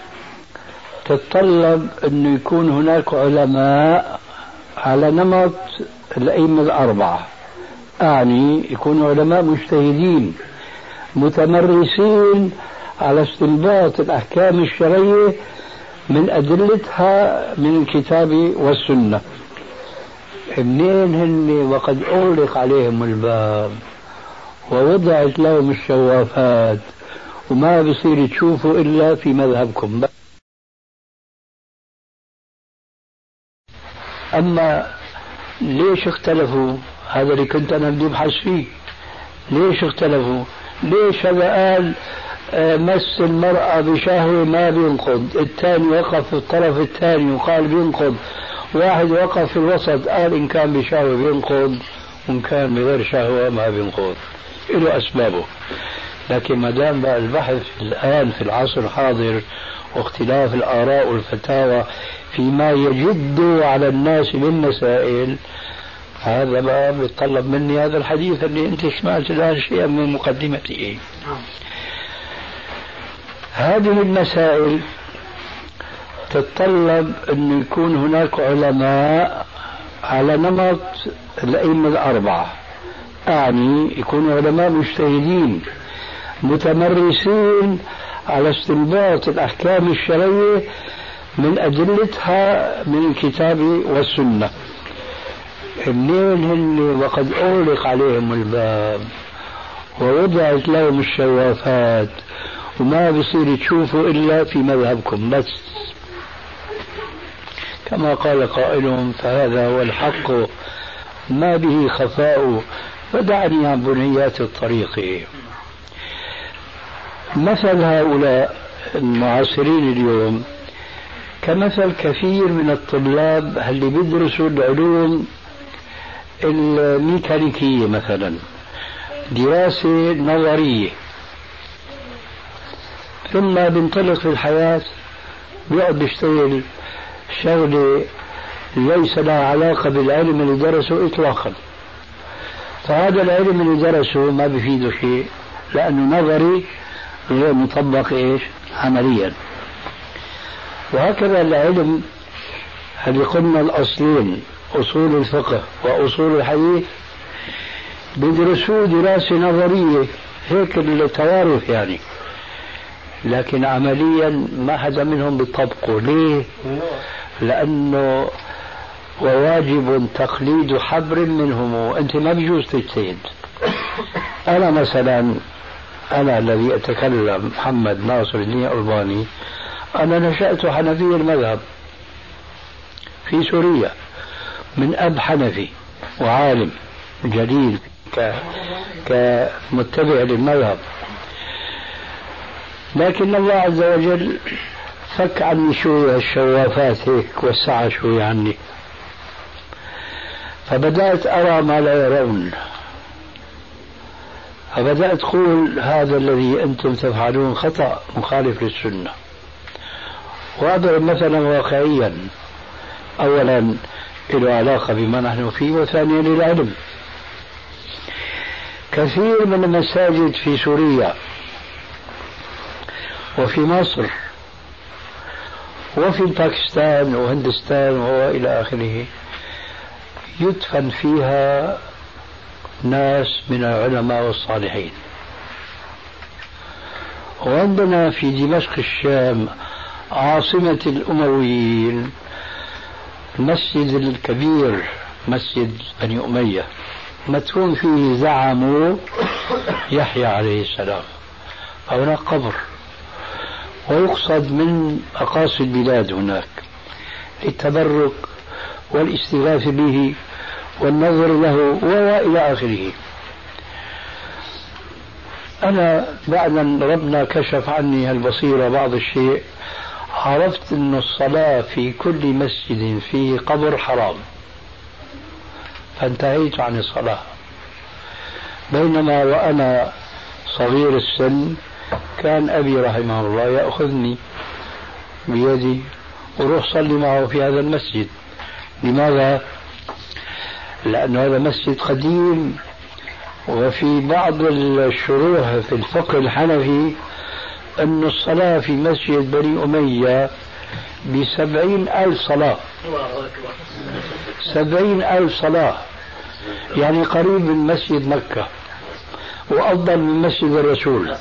تتطلب أن يكون هناك علماء على نمط الأئمة الأربعة، أعني يكونوا علماء مجتهدين متمرسين على استنباط الأحكام الشرعية من أدلتها من الكتاب والسنة. منين هن وقد أغلق عليهم الباب ووضعت لهم الشوافات وما بصير تشوفوا إلا في مذهبكم. أما ليش اختلفوا؟ هذا اللي كنت أنا بدي أبحث فيه. ليش اختلفوا؟ ليش هذا قال مس المرأة بشهوة ما بينقض، الثاني وقف في الطرف الثاني وقال بينقض، واحد وقف في الوسط قال إن كان بشهوة بينقض وإن كان بغير شهوة ما بينقض، له أسبابه. لكن ما دام بقى البحث الآن في العصر الحاضر واختلاف الآراء والفتاوى فيما يجد على الناس من مسائل، هذا بقى بيتطلب مني هذا الحديث اللي أنت سمعت الآن شيئا من مقدمته. هذه المسائل تتطلب أن يكون هناك علماء على نمط الأئمة الأربعة، أعني يكونوا علماء مجتهدين متمرسين على استنباط الأحكام الشرعية من أدلتها من الكتاب والسنة. منين هن وقد أغلق عليهم الباب ووضعت لهم الشوافات وما بصير تشوفوا إلا في مذهبكم بس، كما قال قائلهم فهذا هو الحق ما به خفاء فدعني عن بنيات الطريق. مثل هؤلاء المعاصرين اليوم كمثل كثير من الطلاب اللي بيدرسوا العلوم الميكانيكية مثلا، دراسة نظرية، ثم بينطلق في الحياة بيقعد بيشتغل شغلة ليس لها علاقة بالعلم اللي درسه إطلاقا، فهذا العلم اللي درسه ما بيفيده شيء لأنه نظري غير مطبق إيش عمليا. وهكذا العلم اللي قلنا الأصلين أصول الفقه وأصول الحديث بيدرسوه دراسة نظرية هيك التوارث يعني، لكن عمليا ما حدا منهم بيطبقه. ليه؟ لأنه وواجب تقليد حبر منهم وأنت ما بيجوز تجتهد. أنا مثلا أنا الذي أتكلم محمد ناصر الدين الألباني، أنا نشأت حنفي المذهب في سوريا من أب حنفي وعالم جليل ك... كمتبع للمذهب، لكن الله عز وجل فك عني شوية الشوافات هيك وسع شوية عني، فبدأت أرى ما لا يرون، فبدأت أقول هذا الذي أنتم تفعلون خطأ مخالف للسنة. وأضرب مثلا واقعيا، أولا له علاقة بما نحن فيه، وثانيا للعلم. كثير من المساجد في سوريا وفي مصر وفي باكستان وهندستان وإلى آخره يدفن فيها ناس من العلماء والصالحين. وعندنا في دمشق الشام عاصمة الأمويين المسجد الكبير مسجد بني أمية مدفون فيه زعموا يحيى عليه السلام، هناك قبر، ويقصد من أقاصي البلاد هناك للتبرك والاستغاثة به والنظر له وإلى آخره. أنا بعد أن ربنا كشف عني البصيرة بعض الشيء عرفت أن الصلاة في كل مسجد فيه قبر حرام، فانتهيت عن الصلاة. بينما وأنا صغير السن كان أبي رحمه الله يأخذني بيدي وروح صلي معه في هذا المسجد. لماذا؟ لأن هذا مسجد قديم، وفي بعض الشروح في الفقه الحنفي أن الصلاة في مسجد بني أمية بسبعين ألف صلاة، سبعين ألف صلاة، يعني قريب من مسجد مكة وأفضل من مسجد الرسول.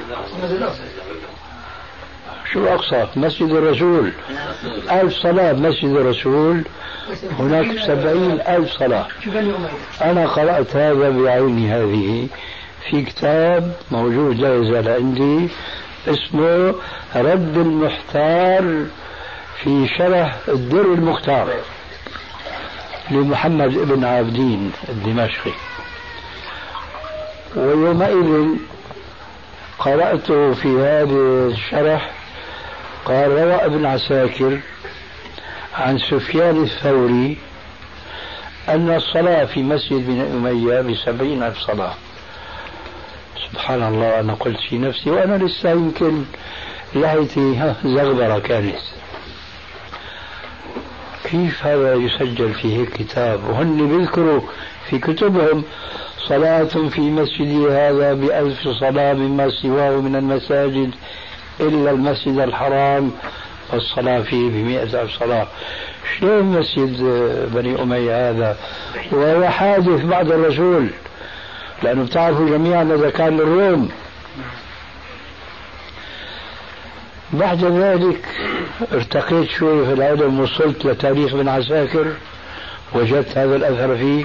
شو أقصى؟ مسجد الرسول ألف صلاة، مسجد الرسول هناك سبعين ألف صلاة. أنا قرأت هذا بعيني هذه في كتاب موجود لا يزال عندي اسمه رد المحتار في شرح الدر المختار. لمحمد بن عابدين الدمشقي. ويومئذ قرأت في هذا الشرح قال روى ابن عساكر عن سفيان الثوري أن الصلاة في مسجد بن أمية بسبعين ألف صلاة. سبحان الله، أنا قلت في نفسي وأنا لسه يمكن لحيتي زغبرة كانت، كيف هذا يسجل في هيك كتاب؟ وهن بيذكروا في كتبهم صلاة في مسجدي هذا بألف صلاة مما سواه من المساجد إلا المسجد الحرام والصلاة فيه بمئة ألف صلاة. شلون مسجد بني أمية هذا وهو حادث بعد الرسول؟ لأنه بتعرفوا جميعا إذا كان للروم. بعد ذلك ارتقيت شوي في العلم، وصلت لتاريخ ابن عساكر، وجدت هذا الأثر فيه،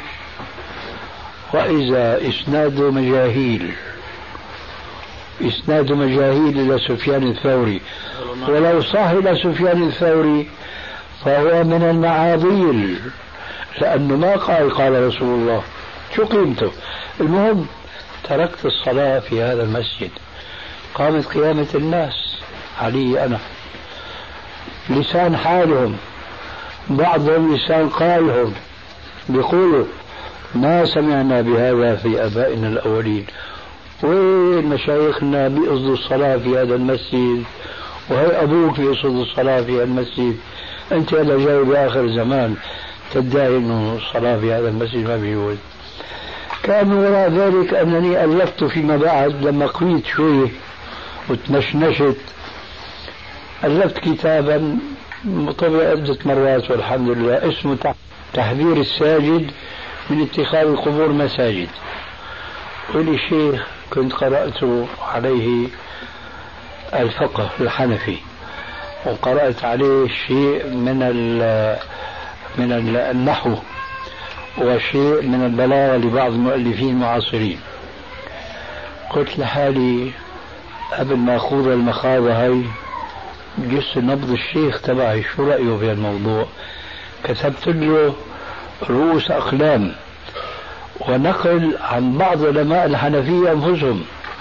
وإذا إسناد مجاهيل إسناد مجاهيل إلى سفيان الثوري، ولو صح إلى سفيان الثوري فهو من المعاضيل، لأنه ما قال قال رسول الله، شو قيمته؟ المهم تركت الصلاة في هذا المسجد، قامت قيامة الناس علي أنا، لسان حالهم، بعضهم لسان قالهم، بيقولوا ما سمعنا بهذا في آبائنا الأولين، وين مشايخنا بيقصدوا الصلاة في هذا المسجد، وهي أبوك بيقصد الصلاة في هذا المسجد، أنت هلا جاي بآخر زمان تدعي أنه الصلاة في هذا المسجد ما بيجوز. كان وراء ذلك أنني ألفت فيما بعد لما قويت شوي وتنشنشت، ألفت كتابا طبع عدة مرات والحمد لله، اسمه تحذير الساجد من اتخاذ القبور مساجد. ولي شيخ كنت قرأت عليه الفقه الحنفي، وقرأت عليه شيء من من النحو وشيء من البلاغة لبعض المؤلفين المعاصرين. قلت لحالي قبل ما أخوض المخاضة هاي جس نبض الشيخ تبعي شو رأيه في الموضوع. كتبت له رؤوس أقلام ونقل عن بعض علماء الحنفية أنفسهم،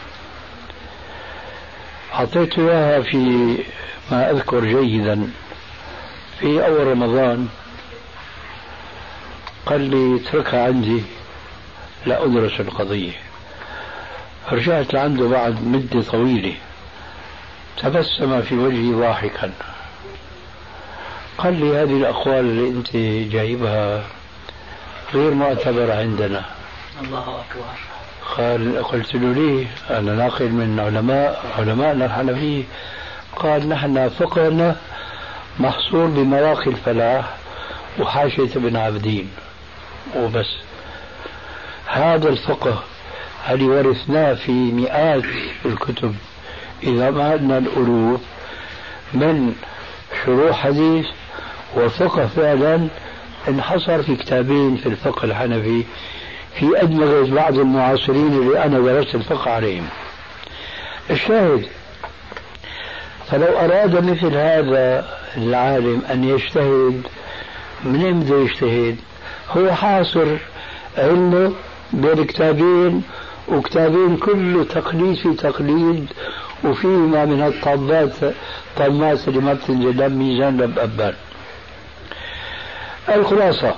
أعطيته إياها في ما أذكر جيدا في أول رمضان. قال لي اتركها عندي لا أدرس القضية. رجعت لعنده بعد مدة طويلة، تبسم في وجهي ضاحكا، قال لي هذه الأقوال اللي أنت جايبها غير معتبرة عندنا. الله أكبر. قال قلت له ليه؟ أنا ناقل من علماء علماءنا الحنفية. قال نحن فقهنا محصور بمواقي الفلاح وحاشية ابن عابدين وبس. هذا الفقه هل ورثناه في مئات الكتب إذا ما عندنا الألوف من شروح حديث وفقه فعلا انحصر في كتابين في الفقه الحنفي في أدمغة بعض المعاصرين اللي أنا درست الفقه عليهم. الشاهد، فلو أراد مثل هذا العالم أن يجتهد، من بده يجتهد؟ هو حاصر علمه بين كتابين، وكتابين كله تقليد في تقليد، وفيهما من الطامات طامات اللي ما بتنزل ميزان لبأبان. الخلاصة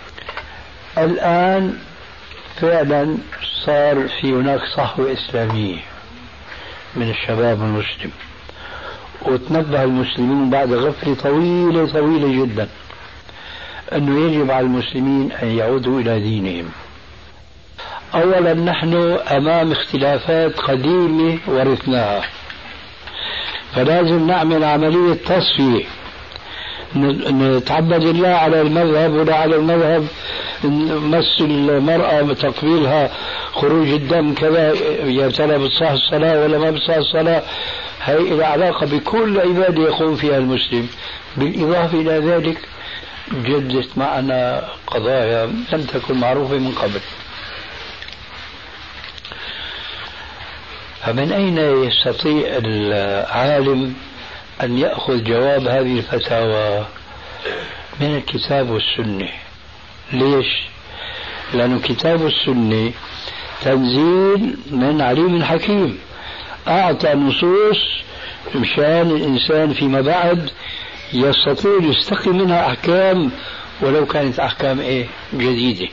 الآن فعلا صار في هناك صحوة إسلامية من الشباب المسلم، وتنبه المسلمين بعد غفلة طويلة طويلة جدا أنه يجب على المسلمين أن يعودوا إلى دينهم. أولا نحن أمام اختلافات قديمة ورثناها، فلازم نعمل عملية تصفية، نتعبد الله على المذهب ولا على المذهب، مس المرأة تقبيلها خروج الدم كذا يا ترى بتصح الصلاة ولا ما بتصح الصلاة، هي إلى علاقة بكل عبادة يقوم فيها المسلم. بالإضافة إلى ذلك جدت معنا قضايا لم تكن معروفة من قبل. فمن أين يستطيع العالم أن يأخذ جواب هذه الفتاوى؟ من الكتاب والسنة. ليش؟ لأنه كتاب السنة تنزيل من عليم حكيم، أعطى نصوص مشان الإنسان فيما بعد يستطيع يستقي منها أحكام ولو كانت أحكام إيه جديدة.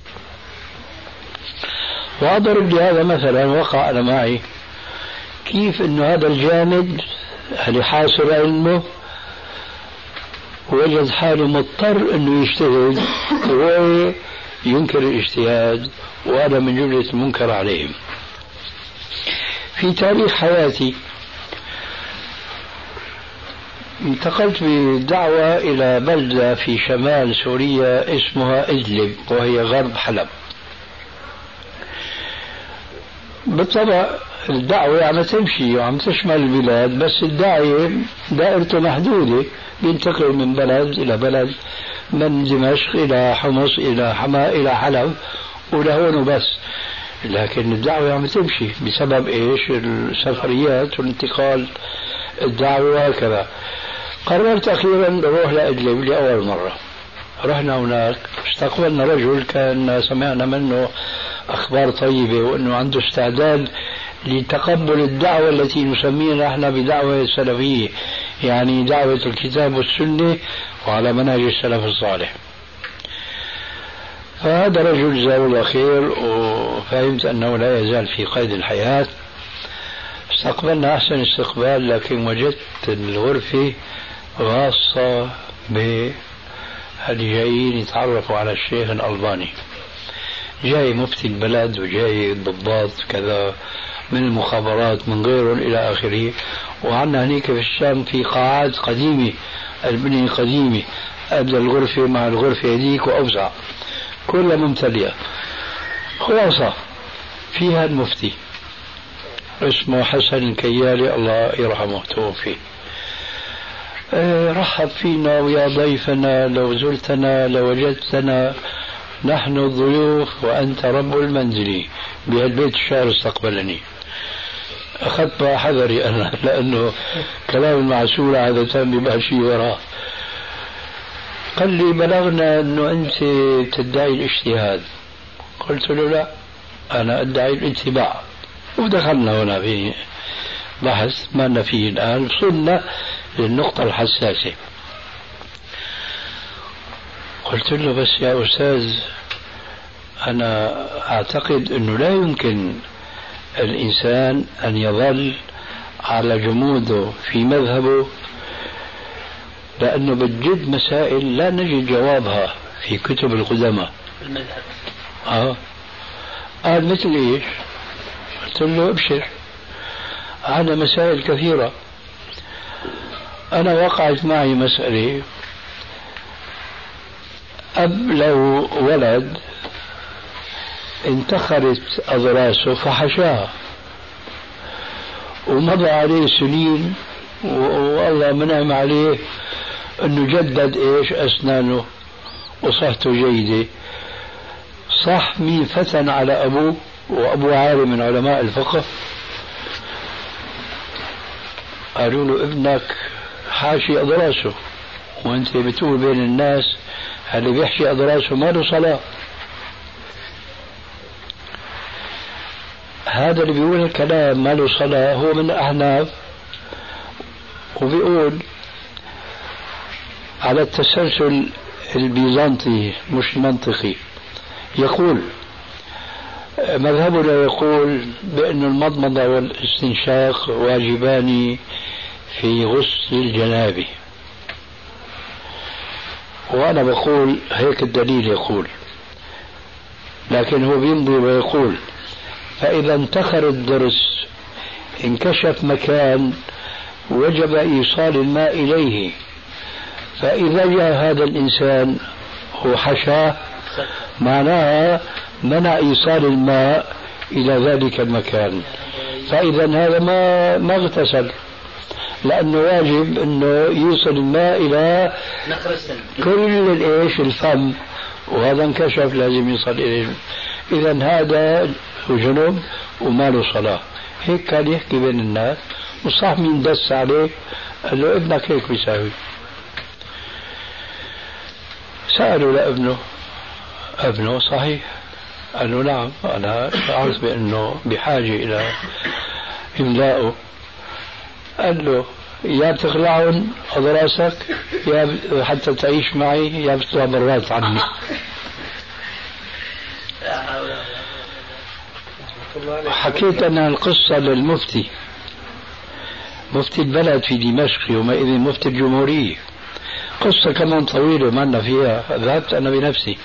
وأضرب لهذا مثلا وقع أنا معي كيف أنه هذا الجامد اللي حاصل علمه وجد حاله مضطر أنه يجتهد وهو ينكر الاجتهاد، وهذا من جملة المنكر عليهم. في تاريخ حياتي انتقلت بدعوة إلى بلدة في شمال سوريا اسمها إدلب وهي غرب حلب. بالطبع الدعوة عم تمشي وعم تشمل البلاد، بس الداعية دائرته محدودة، بينتقل من بلد إلى بلد، من دمشق إلى حمص إلى حماة إلى حلب ولهون وبس. لكن الدعوة عم تمشي بسبب إيش؟ السفريات والانتقال الدعوة وهكذا. قررت أخيرا نروح لإدلب لأول مرة. رحنا هناك استقبلنا رجل كان سمعنا منه أخبار طيبة وأنه عنده استعداد لتقبل الدعوة التي نسميها نحن بدعوة سلفية، يعني دعوة الكتاب والسنة وعلى منهج السلف الصالح. فهذا رجل جزاه الله خير وفهمت أنه لا يزال في قيد الحياة. استقبلنا أحسن استقبال، لكن وجدت الغرفة خاصة باللي جايين يتعرفوا على الشيخ الألباني. جاي مفتي البلد وجاي ضباط كذا من المخابرات من غيرهم إلى آخره. وعنا هنيك في الشام في قاعات قديمة، البنية قديمة، أبدأ الغرفة مع الغرفة هذيك وأوسع كلها ممتلئة. خلاصة فيها المفتي اسمه حسن الكيالي الله يرحمه توفي. اه رحب فينا ويا ضيفنا، لو زرتنا لوجدتنا نحن الضيوف وأنت رب المنزل، بهالبيت الشعر استقبلني. أخذت حذري أنا لأنه كلام المعسول عادة بماشي وراه. قال لي بلغنا أنه أنت تدعي الاجتهاد. قلت له لا، أنا أدعي الاتباع. ودخلنا هنا في بحث ما لنا فيه الآن، وصلنا للنقطة الحساسة. قلت له بس يا أستاذ أنا أعتقد أنه لا يمكن الإنسان أن يظل على جموده في مذهبه، لأنه بتجد مسائل لا نجد جوابها في كتب القدماء. المذهب آه قال مثل إيش؟ قلت له ابشر، هذا مسائل كثيرة. أنا وقعت معي مسألة، أب لو ولد انتخرت أضراسه فحشاها ومضى عليه سنين والله منعم عليه أنه جدد إيش أسنانه وصحته جيدة. صح مين فتن على أبوه وأبوه عالم من علماء الفقه؟ قالوا له ابنك حاشي أضراسه وأنت بتقول بين الناس اللي بيحشي أضراسه ما له صلاة. هذا اللي بيقول الكلام ما له صلاة هو من الأحناف، وبيقول على التسلسل البيزنطي مش منطقي. يقول مذهبنا يقول بأن المضمضة والاستنشاق واجبان في غسل الجنابة، وأنا بقول هيك الدليل يقول، لكن هو بيمضي ويقول فإذا انتخر الضرس انكشف مكان وجب إيصال الماء إليه، فإذا جاء هذا الإنسان وحشاه معناها منع إيصال الماء إلى ذلك المكان، فإذا هذا ما ما اغتسل، لأنه واجب أنه يوصل الماء إلى كل الإيش الفم، وهذا انكشف لازم يصل إليه. إذا هذا جنوب وما له صلاة. هيك كان يحكي بين الناس، وصح مين دس عليه قال له ابنك هيك بيساوي. سألوا لابنه ابنه صحيح. قال له نعم أنا أعرف بأنه بحاجة إلى إملائه. قال له يا بتخلعهم أضراسك يا حتى تعيش معي يا بتطلع برات عني. حكيت أنا القصة للمفتي، مفتي البلد في دمشق يومئذ، مفتي الجمهورية. قصة كمان طويلة ما لنا فيها، ذهبت أنا بنفسي.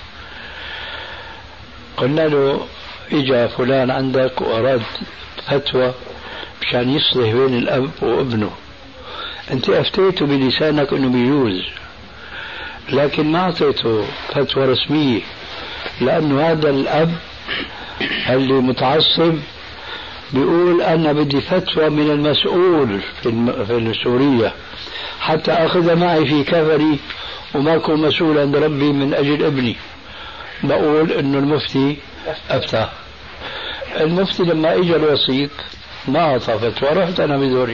قلنا له إجا فلان عندك وأراد فتوى مشان يصلح بين الأب وابنه، أنت أفتيته بلسانك أنه بيجوز، لكن ما أعطيته فتوى رسمية، لأنه هذا الأب اللي متعصب بيقول أنا بدي فتوى من المسؤول في سوريا حتى أخذ معي في كفري وما أكون مسؤول عند ربي من أجل ابني. بقول إنه المفتي أفتى. المفتي لما إجا الوسيط ما أعطى فتوى، رحت أنا بدوري،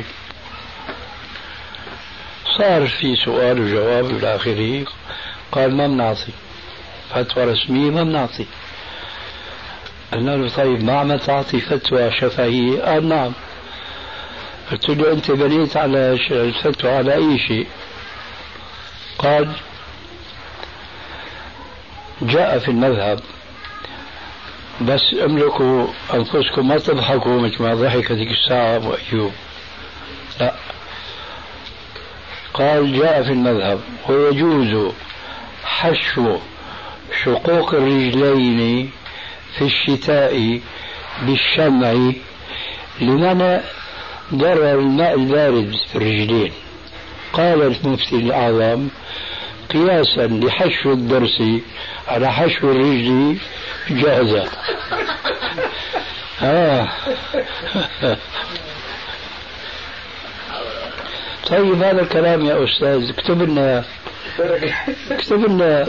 صار في سؤال وجواب إلى آخره. قال ما بنعطي فتوى رسمية، ما بنعطي. قلنا له طيب ما عم تعطي فتوى شفهية؟ قال نعم. قلت له أنت بنيت على الفتوى على أي شيء؟ قال جاء في المذهب، بس املكوا أنفسكم ما تضحكوا مثل ما ضحك ذيك الساعة أبو أيوب، لا. قال جاء في المذهب ويجوز حشو شقوق الرجلين في الشتاء بالشمع لمنع ضرر الماء البارد في الرجلين. قال المفتي الأعظم قياسا لحشو الضرس على حشو الرجل جاهزة. آه. طيب هذا الكلام يا أستاذ اكتب لنا، اكتب لنا.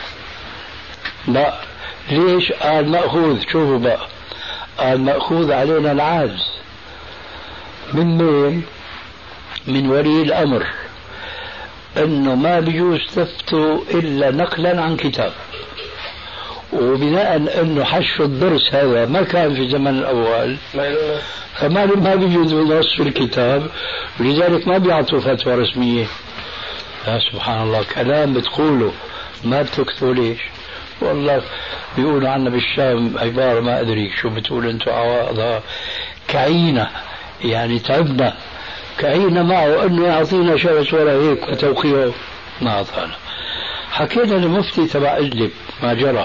لا ليش؟ قال مأخوذ، شوفوا بقى، قال مأخوذ علينا العاجز. من مين؟ من ولي الأمر، انه ما بيجوز تفتوا الا نقلا عن كتاب، وبناء انه حشو الضرس هذا ما كان في الزمن الاول فما ما بيجوز نص في الكتاب، ولذلك ما بيعطوا فتوى رسميه. يا سبحان الله، كلام بتقوله ما بتكتبوا ليش؟ والله بيقولوا عنا بالشام عباره ما ادري شو بتقول انتم، عواضها كعينه، يعني تعبنا كعينا معه انه يعطينا شرس ولا هيك وتوقيعه، ما اعطانا. حكينا للمفتي تبع ادلب ما جرى،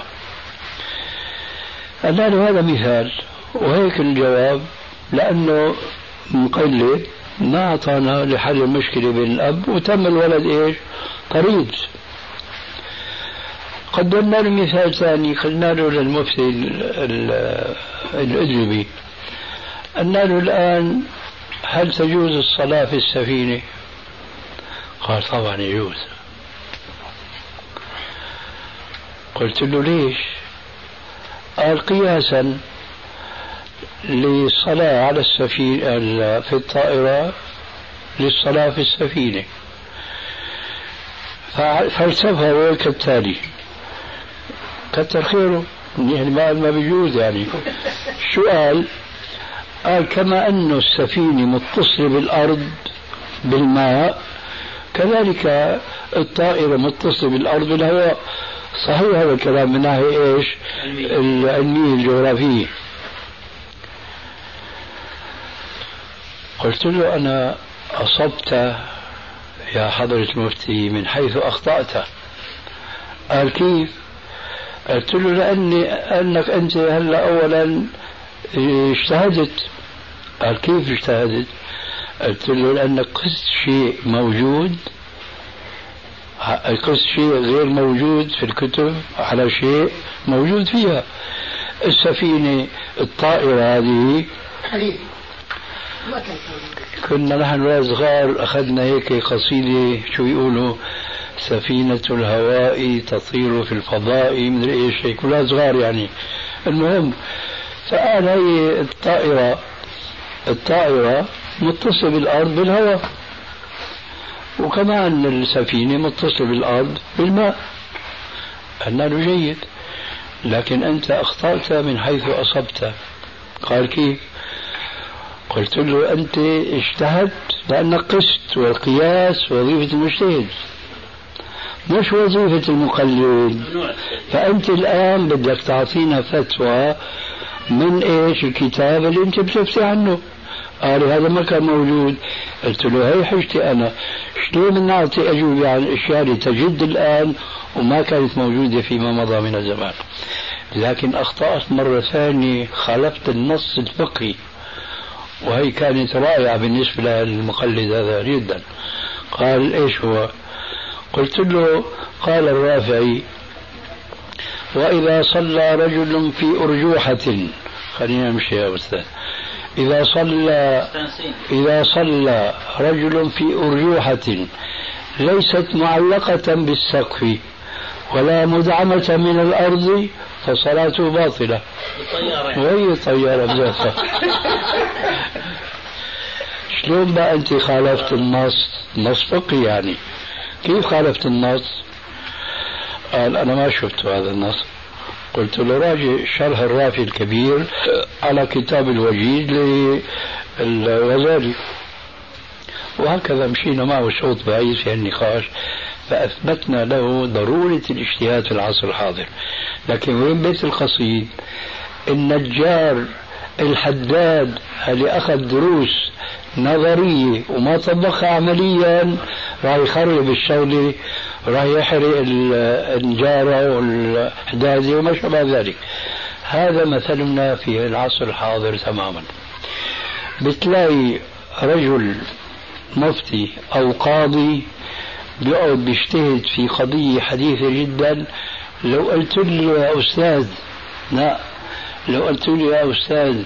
قلنا له هذا مثال وهيك الجواب، لانه مقلد ما اعطانا لحل المشكله بين الاب، وتم الولد ايش؟ طريد. قدمنا له مثال ثاني، قلنا له للمفتي الادلبي، قلنا له الان هل تجوز الصلاة في السفينة؟ قال طبعا يجوز. قلت له ليش؟ قال قياسا للصلاة على السفينة في الطائرة للصلاة في السفينة. فلسفة كالتالي، كتر خيره يعني ما بيجوز يعني. شو قال؟ قال كما أن السفينة متصلة بالأرض بالماء، كذلك الطائرة متصلة بالأرض بالهواء. صحيح هذا الكلام من ناحية إيش؟ العلمية الجغرافية. قلت له أنا أصبت يا حضرة المفتي من حيث أخطأت. قال كيف؟ قلت له لأني أنك أنت هلا أولا اجتهدت. قال كيف اجتهدت؟ قلت له لأنك قست شيء موجود، قست شيء غير موجود في الكتب على شيء موجود فيها. السفينة الطائرة هذه كنا نحن صغار أخذنا هيك قصيدة شو يقولوا، سفينة الهواء تطير في الفضاء من ايش هيك، كلها صغار يعني. المهم فقال هي الطائرة الطائرة متصلة بالأرض بالهواء، وكمان السفينة متصلة بالأرض بالماء. قلنا له جيد، لكن أنت أخطأت من حيث أصبت. قال كيف؟ قلت له أنت اجتهدت لأنك قست، والقياس وظيفة المجتهد مش وظيفة المقلد. فأنت الآن بدك تعطينا فتوى من إيش الكتاب اللي أنت بتفتي عنه. قال هذا ما كان موجود. قلت له هي حجتي أنا، شلون نعطي أجوبة عن الأشياء اللي تجد الآن وما كانت موجودة فيما مضى من الزمان. لكن أخطأت مرة ثانية، خالفت النص الفقهي، وهي كانت رائعة بالنسبة للمقلد هذا جدا. قال إيش هو؟ قلت له قال الرافعي: وإذا صلى رجل في أرجوحة، خلينا نمشي يا أستاذ، إذا صلى إذا صلى رجل في أرجوحة ليست معلقة بالسقف ولا مدعمة من الأرض فصلاته باطلة. وهي طيارة بذاتها. شلون بقى أنت خالفت النص؟ نص فقهي يعني. كيف خالفت النص؟ قال أنا ما شفت هذا النص. قلت له راجع شرح الرافي الكبير على كتاب الوجيز للغزالي. وهكذا مشينا معه صوت بعيد في النقاش، فأثبتنا له ضرورة الاجتهاد في العصر الحاضر. لكن وين بيت القصيد؟ النجار الحداد اللي أخذ دروس نظرية وما طبقها عمليا راح يخرب الشغلة، راح يحرق النجارة والحدادة وما شابه ذلك. هذا مثلنا في العصر الحاضر تماما. بتلاقي رجل مفتي أو قاضي بيقعد بيجتهد في قضية حديثة جدا، لو قلت له يا أستاذ لا لو قلت له يا أستاذ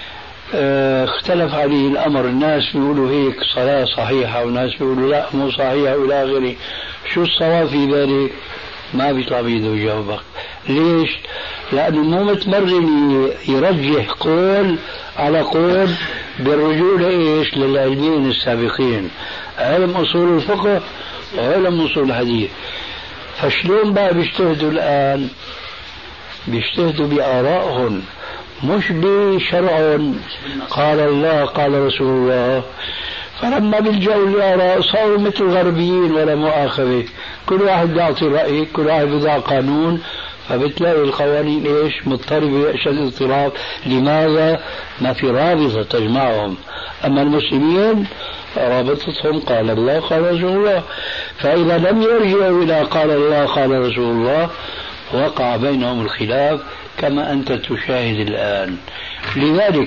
اه اختلف عليه الأمر، الناس بيقولوا هيك صلاة صحيحة وناس بيقولوا لا مو صحيحة وإلى آخره، شو الصواب في ذلك؟ ما بيطلع بيده يجاوبك. ليش؟ لأنه مو متمرن يرجح قول على قول بالرجوع لإيش؟ للعلمين السابقين، علم أصول الفقه وعلم أصول الحديث. فشلون بقى بيجتهدوا الآن؟ بيجتهدوا بآرائهم مش بشرع قال الله قال رسول الله. فلما بيلجأوا للآراء صاروا مثل الغربيين ولا مؤاخذة، كل واحد يعطي رأي، كل واحد يضع قانون، فبتلاقي القوانين ايش؟ مضطربة اشد اضطراب. لماذا؟ ما في رابطة تجمعهم. اما المسلمين رابطتهم قال الله قال رسول الله، فإذا لم يرجعوا إلى قال الله قال رسول الله وقع بينهم الخلاف كما أنت تشاهد الآن. لذلك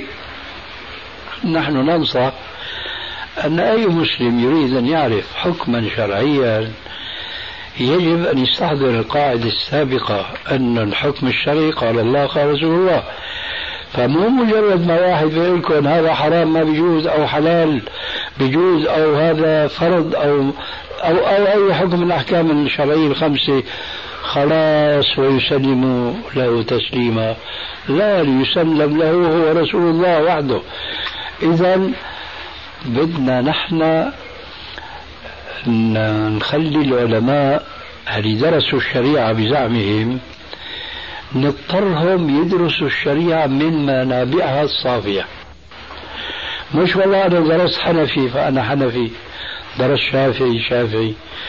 نحن ننصح أن أي مسلم يريد أن يعرف حكما شرعيا يجب أن يستحضر القاعدة السابقة أن الحكم الشرعي قال الله قال رسول الله. فمو مجرد ما واحد يقول لكم هذا حرام ما بيجوز أو حلال بيجوز أو هذا فرض أو أو, أو أي حكم من الأحكام الشرعية الخمسة خلاص ويسلم له تسليما. لا، ليسلم له هو رسول الله وحده. إذن بدنا نحن نخلي العلماء اللي درسوا الشريعة بزعمهم نضطرهم يدرسوا الشريعة من منابعها الصافية. مش والله أنا درست حنفي فأنا حنفي، درست شافعي شافعي.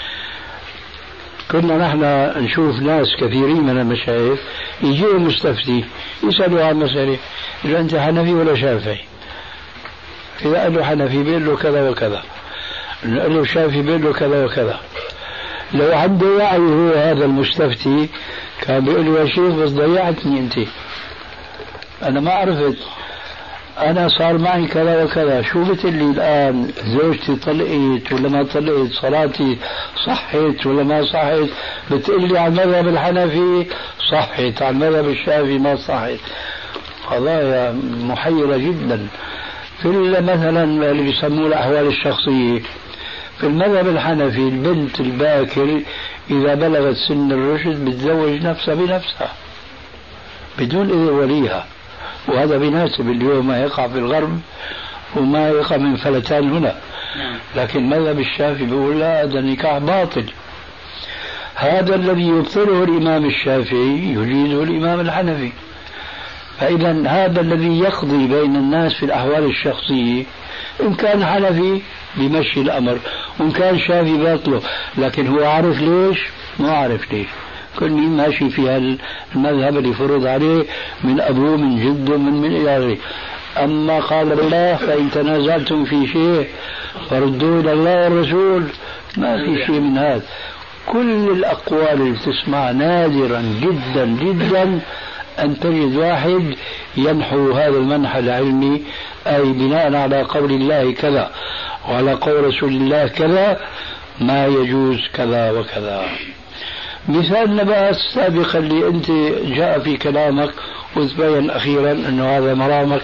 كنا نحن نشوف ناس كثيرين من المشايخ يجيوا مستفتي يسألوا عن مسألة، إذا أنت حنفي ولا شافعي؟ إذا قال له حنفي بيقول له كذا وكذا، قال له شافعي بيقول له كذا وكذا. لو عنده وعي هو هذا المستفتي كان بيقول له يا شيخ بس ضيعتني أنت، أنا ما عرفت، أنا صار معي كذا وكذا، شو بتقلي الآن زوجتي طلقت ولا ما طلقت، صلاتي صحت ولا ما صحت، بتقلي على المذهب الحنفي صحت على المذهب الشافعي ما صحت. قضايا محيرة جدا. في مثلا اللي بيسموه الأحوال الشخصية، في المذهب الحنفي البنت الباكر إذا بلغت سن الرشد بتزوج نفسها بنفسها بدون إذن وليها، وهذا بيناسب اليوم ما يقع في الغرب وما يقع من فلتان هنا. لكن مذهب الشافعي بيقول لا، هذا النكاح باطل. هذا الذي يبطله الإمام الشافعي يجيزه الإمام الحنفي. فإذا هذا الذي يقضي بين الناس في الأحوال الشخصية إن كان حنفي بمشي الأمر وإن كان شافعي باطله، لكن هو عارف ليش؟ ما عارف ليش. كل مين ماشي في المذهب اللي فرض عليه من أبوه من جده من من إلى آخره. أما قال الله فإن تنازعتم في شيء فردوا إلى الله والرسول، ما في شيء من هذا. كل الأقوال اللي تسمع نادرا جدا جدا أن تجد واحد ينحو هذا المنحى العلمي، أي بناء على قول الله كذا وعلى قول رسول الله كذا ما يجوز كذا وكذا. مثال نبأ السابق اللي أنت جاء في كلامك وتبين أخيرا أنه هذا مرامك.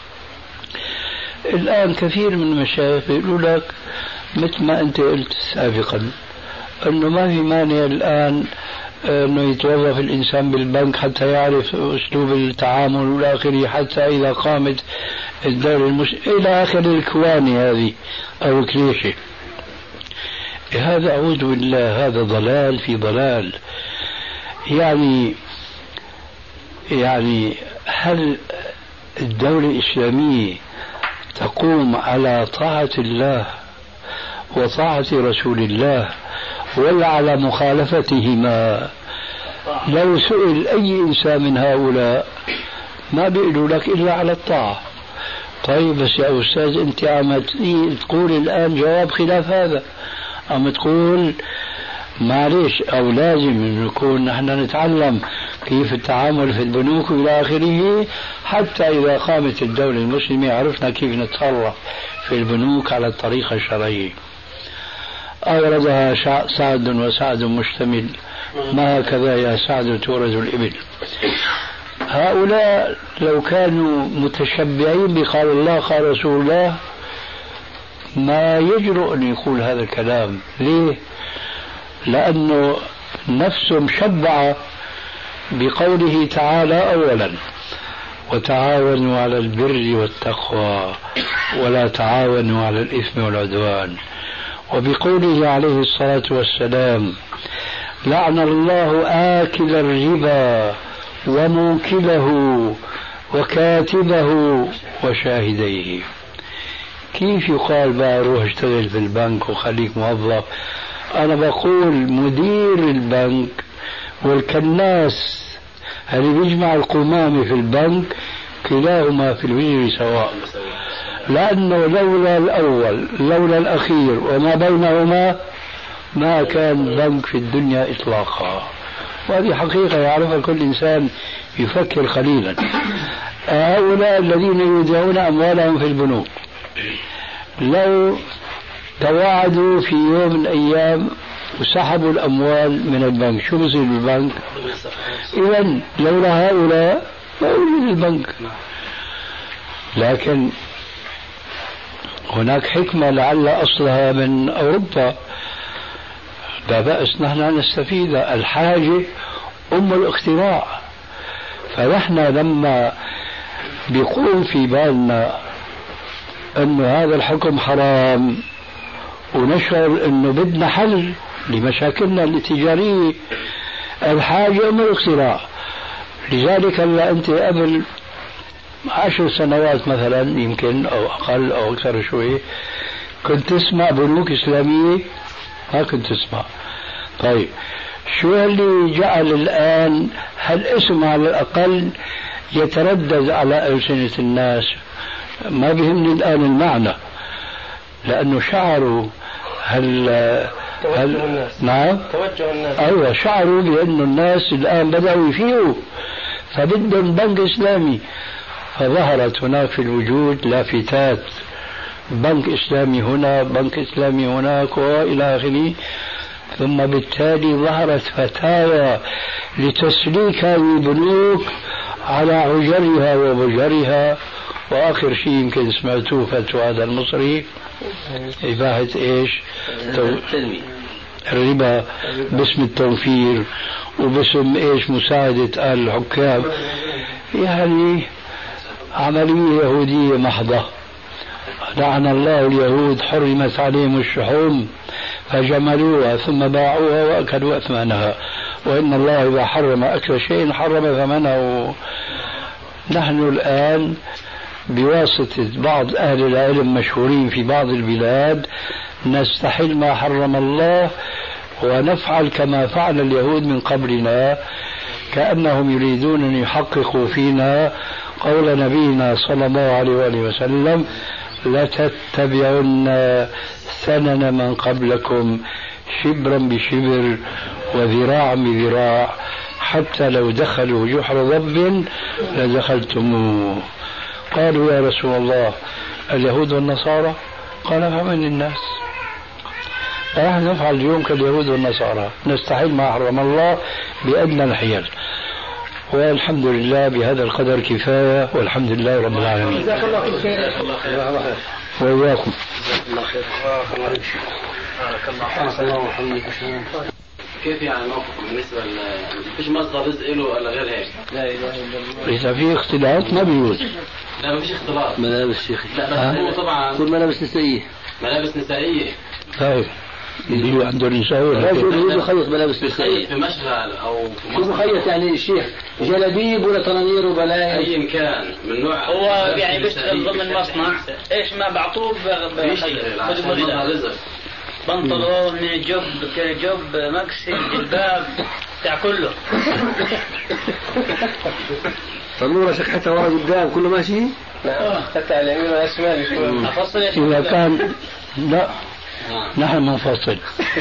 الآن كثير من المشايخ يقولوا لك مثل ما أنت قلت سابقا أنه ما في مانع الآن أنه يتوظف الإنسان بالبنك حتى يعرف أسلوب التعامل والى آخره، حتى إذا قامت الدولة المسلمة إلى آخر الكواني هذه أو الكليشة. هذا أعوذ بالله هذا ضلال في ضلال. يعني يعني هل الدولة الإسلامية تقوم على طاعة الله وطاعة رسول الله ولا على مخالفتهما؟ لو سئل أي إنسان من هؤلاء ما بيقولوا لك إلا على الطاعة. طيب بس يا أستاذ أنت عم تقول الآن جواب خلاف هذا، عم تقول معلش أو لازم نكون نحن نتعلم كيف التعامل في البنوك وإلى آخره، حتى إذا قامت الدولة المسلمة عرفنا كيف نتصرف في البنوك على الطريقة الشرعية. أوردها سعد وسعد مشتمل، ما هكذا يا سعد تورث الإبل. هؤلاء لو كانوا متشبعين بقال الله قال رسول الله ما يجرؤ أن يقول هذا الكلام. ليه؟ لأنه نفسه مشبعة بقوله تعالى أولا وتعاونوا على البر والتقوى ولا تعاونوا على الإثم والعدوان، وبقوله عليه الصلاة والسلام لعن الله آكل الربا وموكله وكاتبه وشاهديه. كيف يقال بقى روح اشتغل في البنك وخليك موظف؟ أنا بقول مدير البنك والكناس اللي بيجمع القمامة في البنك كلاهما في الوجه سواء، لأنه لولا الأول لولا الأخير وما بينهما ما كان بنك في الدنيا إطلاقا. وهذه حقيقة يعرفها كل إنسان يفكر قليلا. هؤلاء الذين يودعون أموالهم في البنوك لو تواعدوا في يوم من الأيام وسحبوا الأموال من البنك شو بصير بالبنك؟ إذن لولا هؤلاء ما يوجد البنك. لكن هناك حكمة لعل أصلها من أوروبا، لا بأس نحن نستفيد. الحاجة أم الاختراع. فنحن لما بيقوم في بالنا أن هذا الحكم حرام ونشعر أنه بدنا حل لمشاكلنا التجارية، الحاجة أم الاختراع. لذلك هلا أنت قبل عشر سنوات مثلا يمكن أو أقل أو أكثر شوي كنت تسمع بنوك إسلامية؟ ما كنت تسمع. طيب شو اللي جعل الآن هالاسم على الأقل يتردد على ألسنة الناس؟ ما بيهمني الآن المعنى، لأنه شعروا هل توجه هل الناس. نعم توجه الناس. أيوة شعروا بأن الناس الآن بدأوا يفيقوا فبدهم بنك إسلامي، فظهرت هناك في الوجود لافتات بنك إسلامي هنا بنك إسلامي هناك وإلى آخره. ثم بالتالي ظهرت فتاوى لتسليك هذه البنوك على عجرها وبجرها. وآخر شيء يمكن سمعتوه فتوى هذا المصري إباحة إيش؟ الربا باسم التوفير وباسم إيش؟ مساعدة أهل الحكام. يعني عملية يهودية محضة. لعن الله اليهود حرمت عليهم الشحوم فجملوها ثم باعوها وأكلوا أثمانها، وإن الله إذا حرم أكل شيء حرم ثمنه. نحن الآن بواسطة بعض أهل العلم مشهورين في بعض البلاد نستحل ما حرم الله ونفعل كما فعل اليهود من قبلنا، كأنهم يريدون أن يحققوا فينا قول نبينا صلى الله عليه وآله وسلم: لتتبعن سنن من قبلكم شبرا بشبر وذراعا بذراع حتى لو دخلوا جحر ضب لدخلتموه. قالوا: يا رسول الله اليهود والنصارى؟ قال: فمن الناس؟ نحن نفعل اليوم كاليهود والنصارى، نستحل ما حرم الله بأدنى الحيل. والحمد لله بهذا القدر كفاية، والحمد لله رب العالمين. جزاك الله كل خير. وإياكم. كيف يعني موقفكم بالنسبة ل مفيش مصدر رزق له ولا غير هيك؟ لا إله إلا الله. إذا في اختلاط ما بيجوز. لا مفيش اختلاط. ملابس شيخي. لا بس هو طبعا كل ملابس نسائية. ملابس نسائية. طيب. يجيبوا عنده نساء ولا رجل يخيط ملابس نسائية في مشغل أو في شو مخيط يعني الشيخ؟ جلابيب ولا طنانير وبلايا؟ أيا كان من نوع هو يعني بيشتغل ضمن مصنع ايش ما بعطوه رزق بنطلون جوب جوب مكسي جلباب بتاع كله. تنورة شكحتها ورا قدام كله ماشي؟ لا حتى على اليمين والشمال. افصل إذا كان لا نحن منفصل.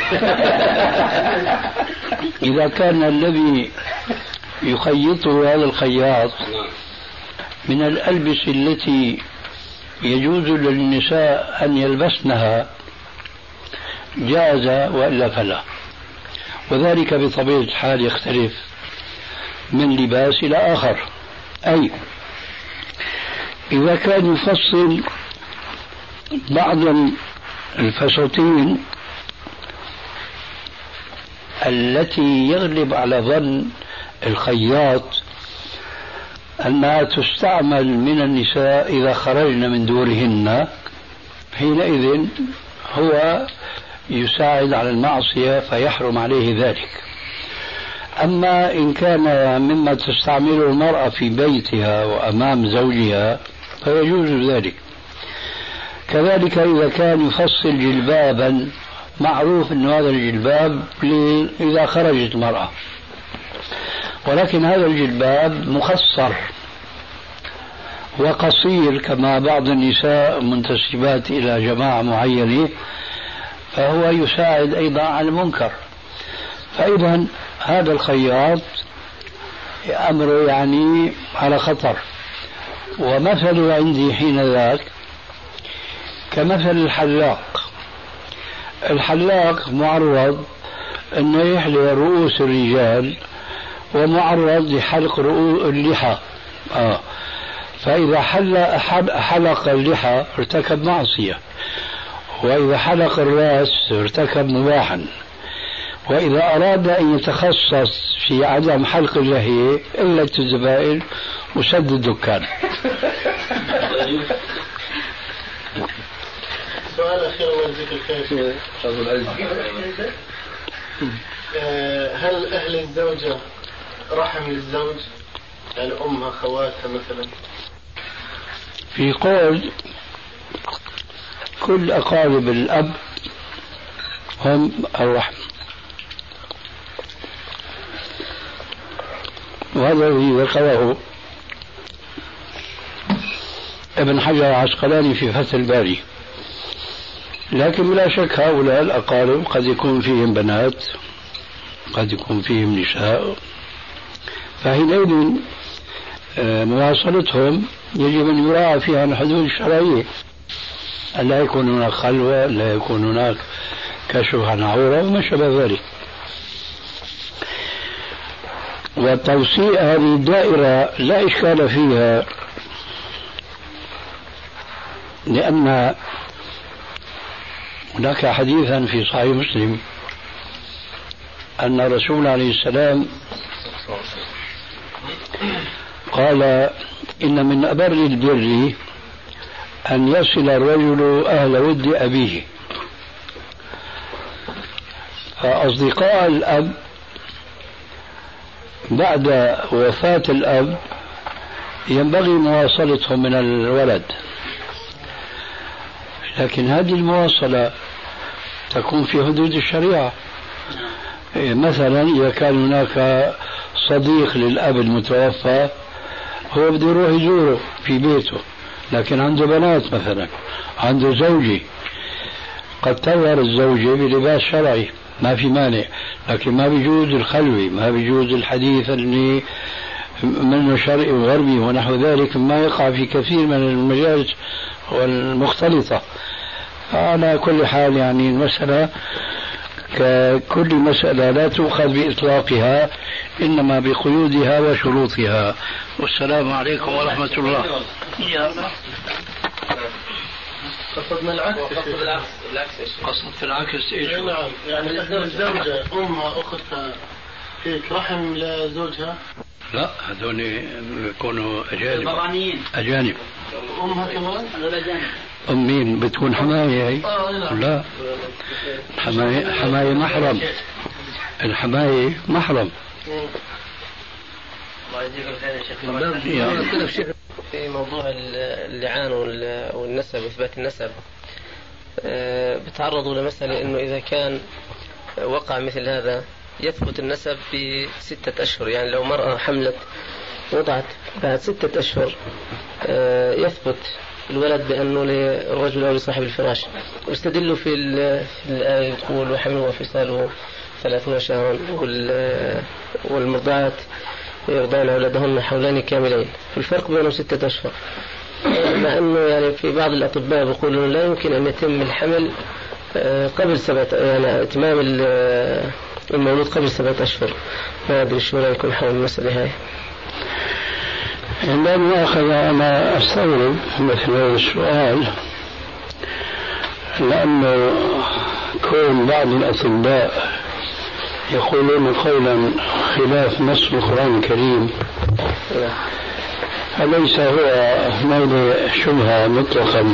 إذا كان الذي يخيطه هذا الخياط من الألبسة التي يجوز للنساء أن يلبسنها جاز، وإلا فلا، وذلك بطبيعة الحال يختلف من لباس إلى آخر. أي إذا كان يفصل بعض الفساتين التي يغلب على ظن الخياط أنها تستعمل من النساء إذا خرجن من دورهن، حينئذ هو يساعد على المعصية فيحرم عليه ذلك. أما إن كان مما تستعمله المرأة في بيتها وأمام زوجها فيجوز ذلك. كذلك إذا كان يفصل جلبابا معروف أن هذا الجلباب إذا خرجت المرأة، ولكن هذا الجلباب مخصر وقصير كما بعض النساء منتسبات إلى جماعة معينة، فهو يساعد أيضا على المنكر. فإذا هذا الخياط أمره يعني على خطر. ومثل عندي حين ذاك كمثل الحلاق. الحلاق معرض أنه يحلق رؤوس الرجال ومعرض لحلق رؤوس اللحى. آه. فإذا حلق, حلق اللحى ارتكب معصية، وإذا حلق الرأس ارتكب مباحا، وإذا أراد أن يتخصص في عدم حلق اللحية إلا الزبائن وسد الدكان. سؤال أخير الله يجزيك الخير. هل أهل الزوجة رحم للزوج، يعني أمها خواتها مثلا؟ في قول كل أقارب الأب هم الرحم، وهذا الذي ذكره ابن حجر العسقلاني في فتح الباري. لكن بلا شك هؤلاء الأقارب قد يكون فيهم بنات، قد يكون فيهم نساء، فحينئذ مواصلتهم يجب أن يراعى فيها الحدود الشرعية، ألا يكون هناك خلوة، لا يكون هناك كشف عن عورة وما شابه ذلك. وتوسيع هذه الدائرة لا إشكال فيها، لأن هناك حديثا في صحيح مسلم أن الرسول عليه السلام قال: إن من أبر البر أن يصل الرجل أهل ود أبيه. فأصدقاء الأب بعد وفاة الأب ينبغي مواصلتهم من الولد، لكن هذه المواصلة تكون في حدود الشريعة. مثلا إذا كان هناك صديق للأب المتوفى هو بده يروح يزوره في بيته، لكن عنده بنات مثلا، عنده زوجي، قد تظهر الزوجة بلباس شرعي ما في مانع، لكن ما بيجوز الخلوي، ما بيجوز الحديث اللي منه شرعي وغربي ونحو ذلك، ما يقع في كثير من المجالس والمختلطة. على كل حال يعني المسألة ككل مسألة لا تؤخذ بإطلاقها، إنما بقيودها وشروطها. والسلام عليكم ورحمة الله. قصدنا العكس. قصدت العكس ايش؟ نعم، يعني الزوجة أمها أختها هيك رحم لزوجها؟ لا، هذول يكونوا أجانب. البرانيين. أجانب. أمها كمان؟ الأجانب. أم مين؟ بتكون حماية هي؟ آه نعم. لا، حماية حماية محرم. الحماية محرم. الله يجزيك الخير يا شيخ. في موضوع اللعان والنسب وإثبات النسب، بتعرضوا لمسألة إنه إذا كان وقع مثل هذا يثبت النسب بستة أشهر، يعني لو مرأة حملت وضعت بعد ستة أشهر يثبت الولد بأنه للرجل أو لصاحب الفراش، واستدلوا في الآية يقول وحمله وفصاله ثلاثون شهرا والمرضعات يرضعن أولادهن حولين كاملين، فالفرق بينهم ستة أشهر، مع أنه يعني في بعض الأطباء يقولون لا يمكن أن يتم الحمل قبل سبعة، يعني إتمام المولود قبل سبعة أشهر. ما أدري شو رأيكم حول المسألة هاي؟ عندما مؤاخذ أنا أستغرب مثل هذا السؤال، لأنه كون بعض الأطباء يقولون قولا خلاف نص القرآن الكريم فليس هو موضع شبهة مطلقا،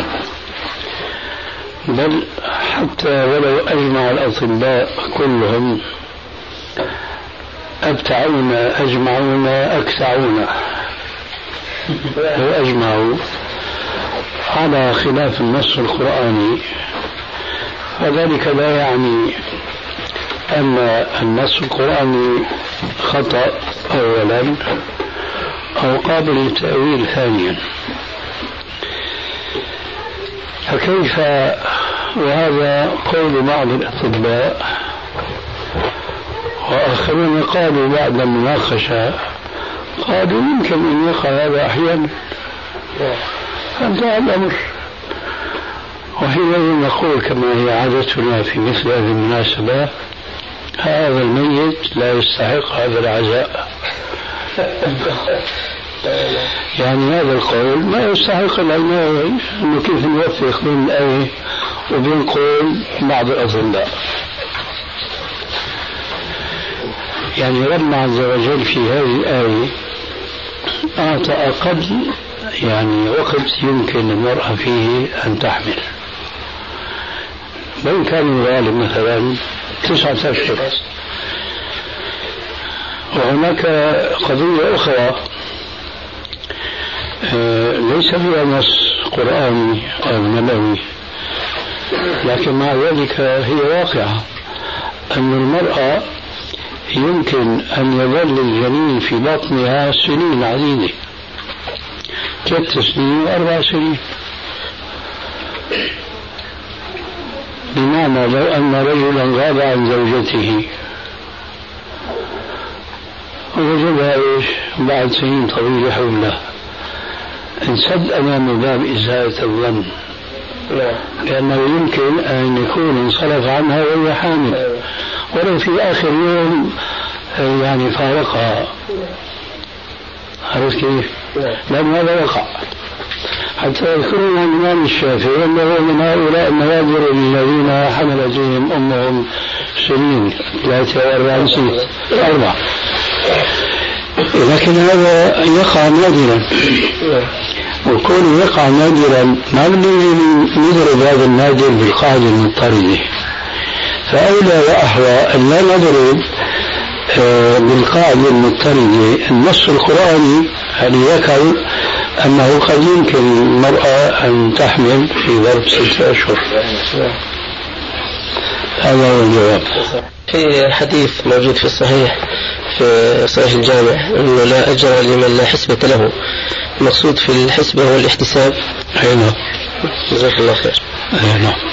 بل حتى ولو أجمع الأطباء كلهم أبتعون أجمعون أكثعون وأجمعوا على خلاف النص القرآني، فذلك لا يعني أن النص القرآني خطأ أولا أو قابل للتأويل ثانيا. فكيف، وهذا قول بعض الأطباء، وآخرون قالوا بعد المناقشة قالوا يمكن أن يقع هذا أحيانا، فانتهى الأمر. وحينئذ نقول كما هي عادتنا في مثل هذه المناسبة: هذا الميت لا يستحق هذا العزاء. يعني هذا القول ما يستحق العناية، انه كيف نوفق بين الآية وبين قول بعض الأطباء. يعني ربنا عز وجل في هذه الآية أعطى أقل يعني وقت يمكن المرأة فيه أن تحمل، بل كان الغالب مثلا تسعة أشهر. وهناك قضية أخرى ليس فيها نص قرآني أو نبوي، لكن مع ذلك هي واقعة، أن المرأة يمكن أن يظل الجنين في بطنها سنين عديدة، ثلاث سنين وأربع سنين. بمعنى لو أن رجلا غاب عن زوجته ووجدها إيش بعد سنين طويلة حوله، انسد أمام باب إزالة الظن، لأنه يمكن أن يكون انصرف عنها وهي حامل، ولو في آخر يوم يعني فارقها. عرفت كيف؟ لأن هذا وقع. حتى يذكرون عن الإمام الشافعي أنه من هؤلاء النوادر الذين حملت بهم أمهم سنين ثلاثة وأربعين سنة أربعة، لكن هذا يقع نادرا، وكونه يقع نادرا ما بدنا نضرب هذا النادر بالقاعدة المضطردة. فأولى وأحرى أن لا نضرب بالقاعدة المضطردة النص القرآني هل ذكر أنه قد يمكن المرأة أن تحمل في ظرف ستة أشهر. هذا هو الجواب. في حديث موجود في الصحيح في صحيح الجامع أنه لا أجر لمن لا حسبة له. المقصود في الحسبة هو الاحتساب. أي نعم. جزاك الله خير. أي نعم.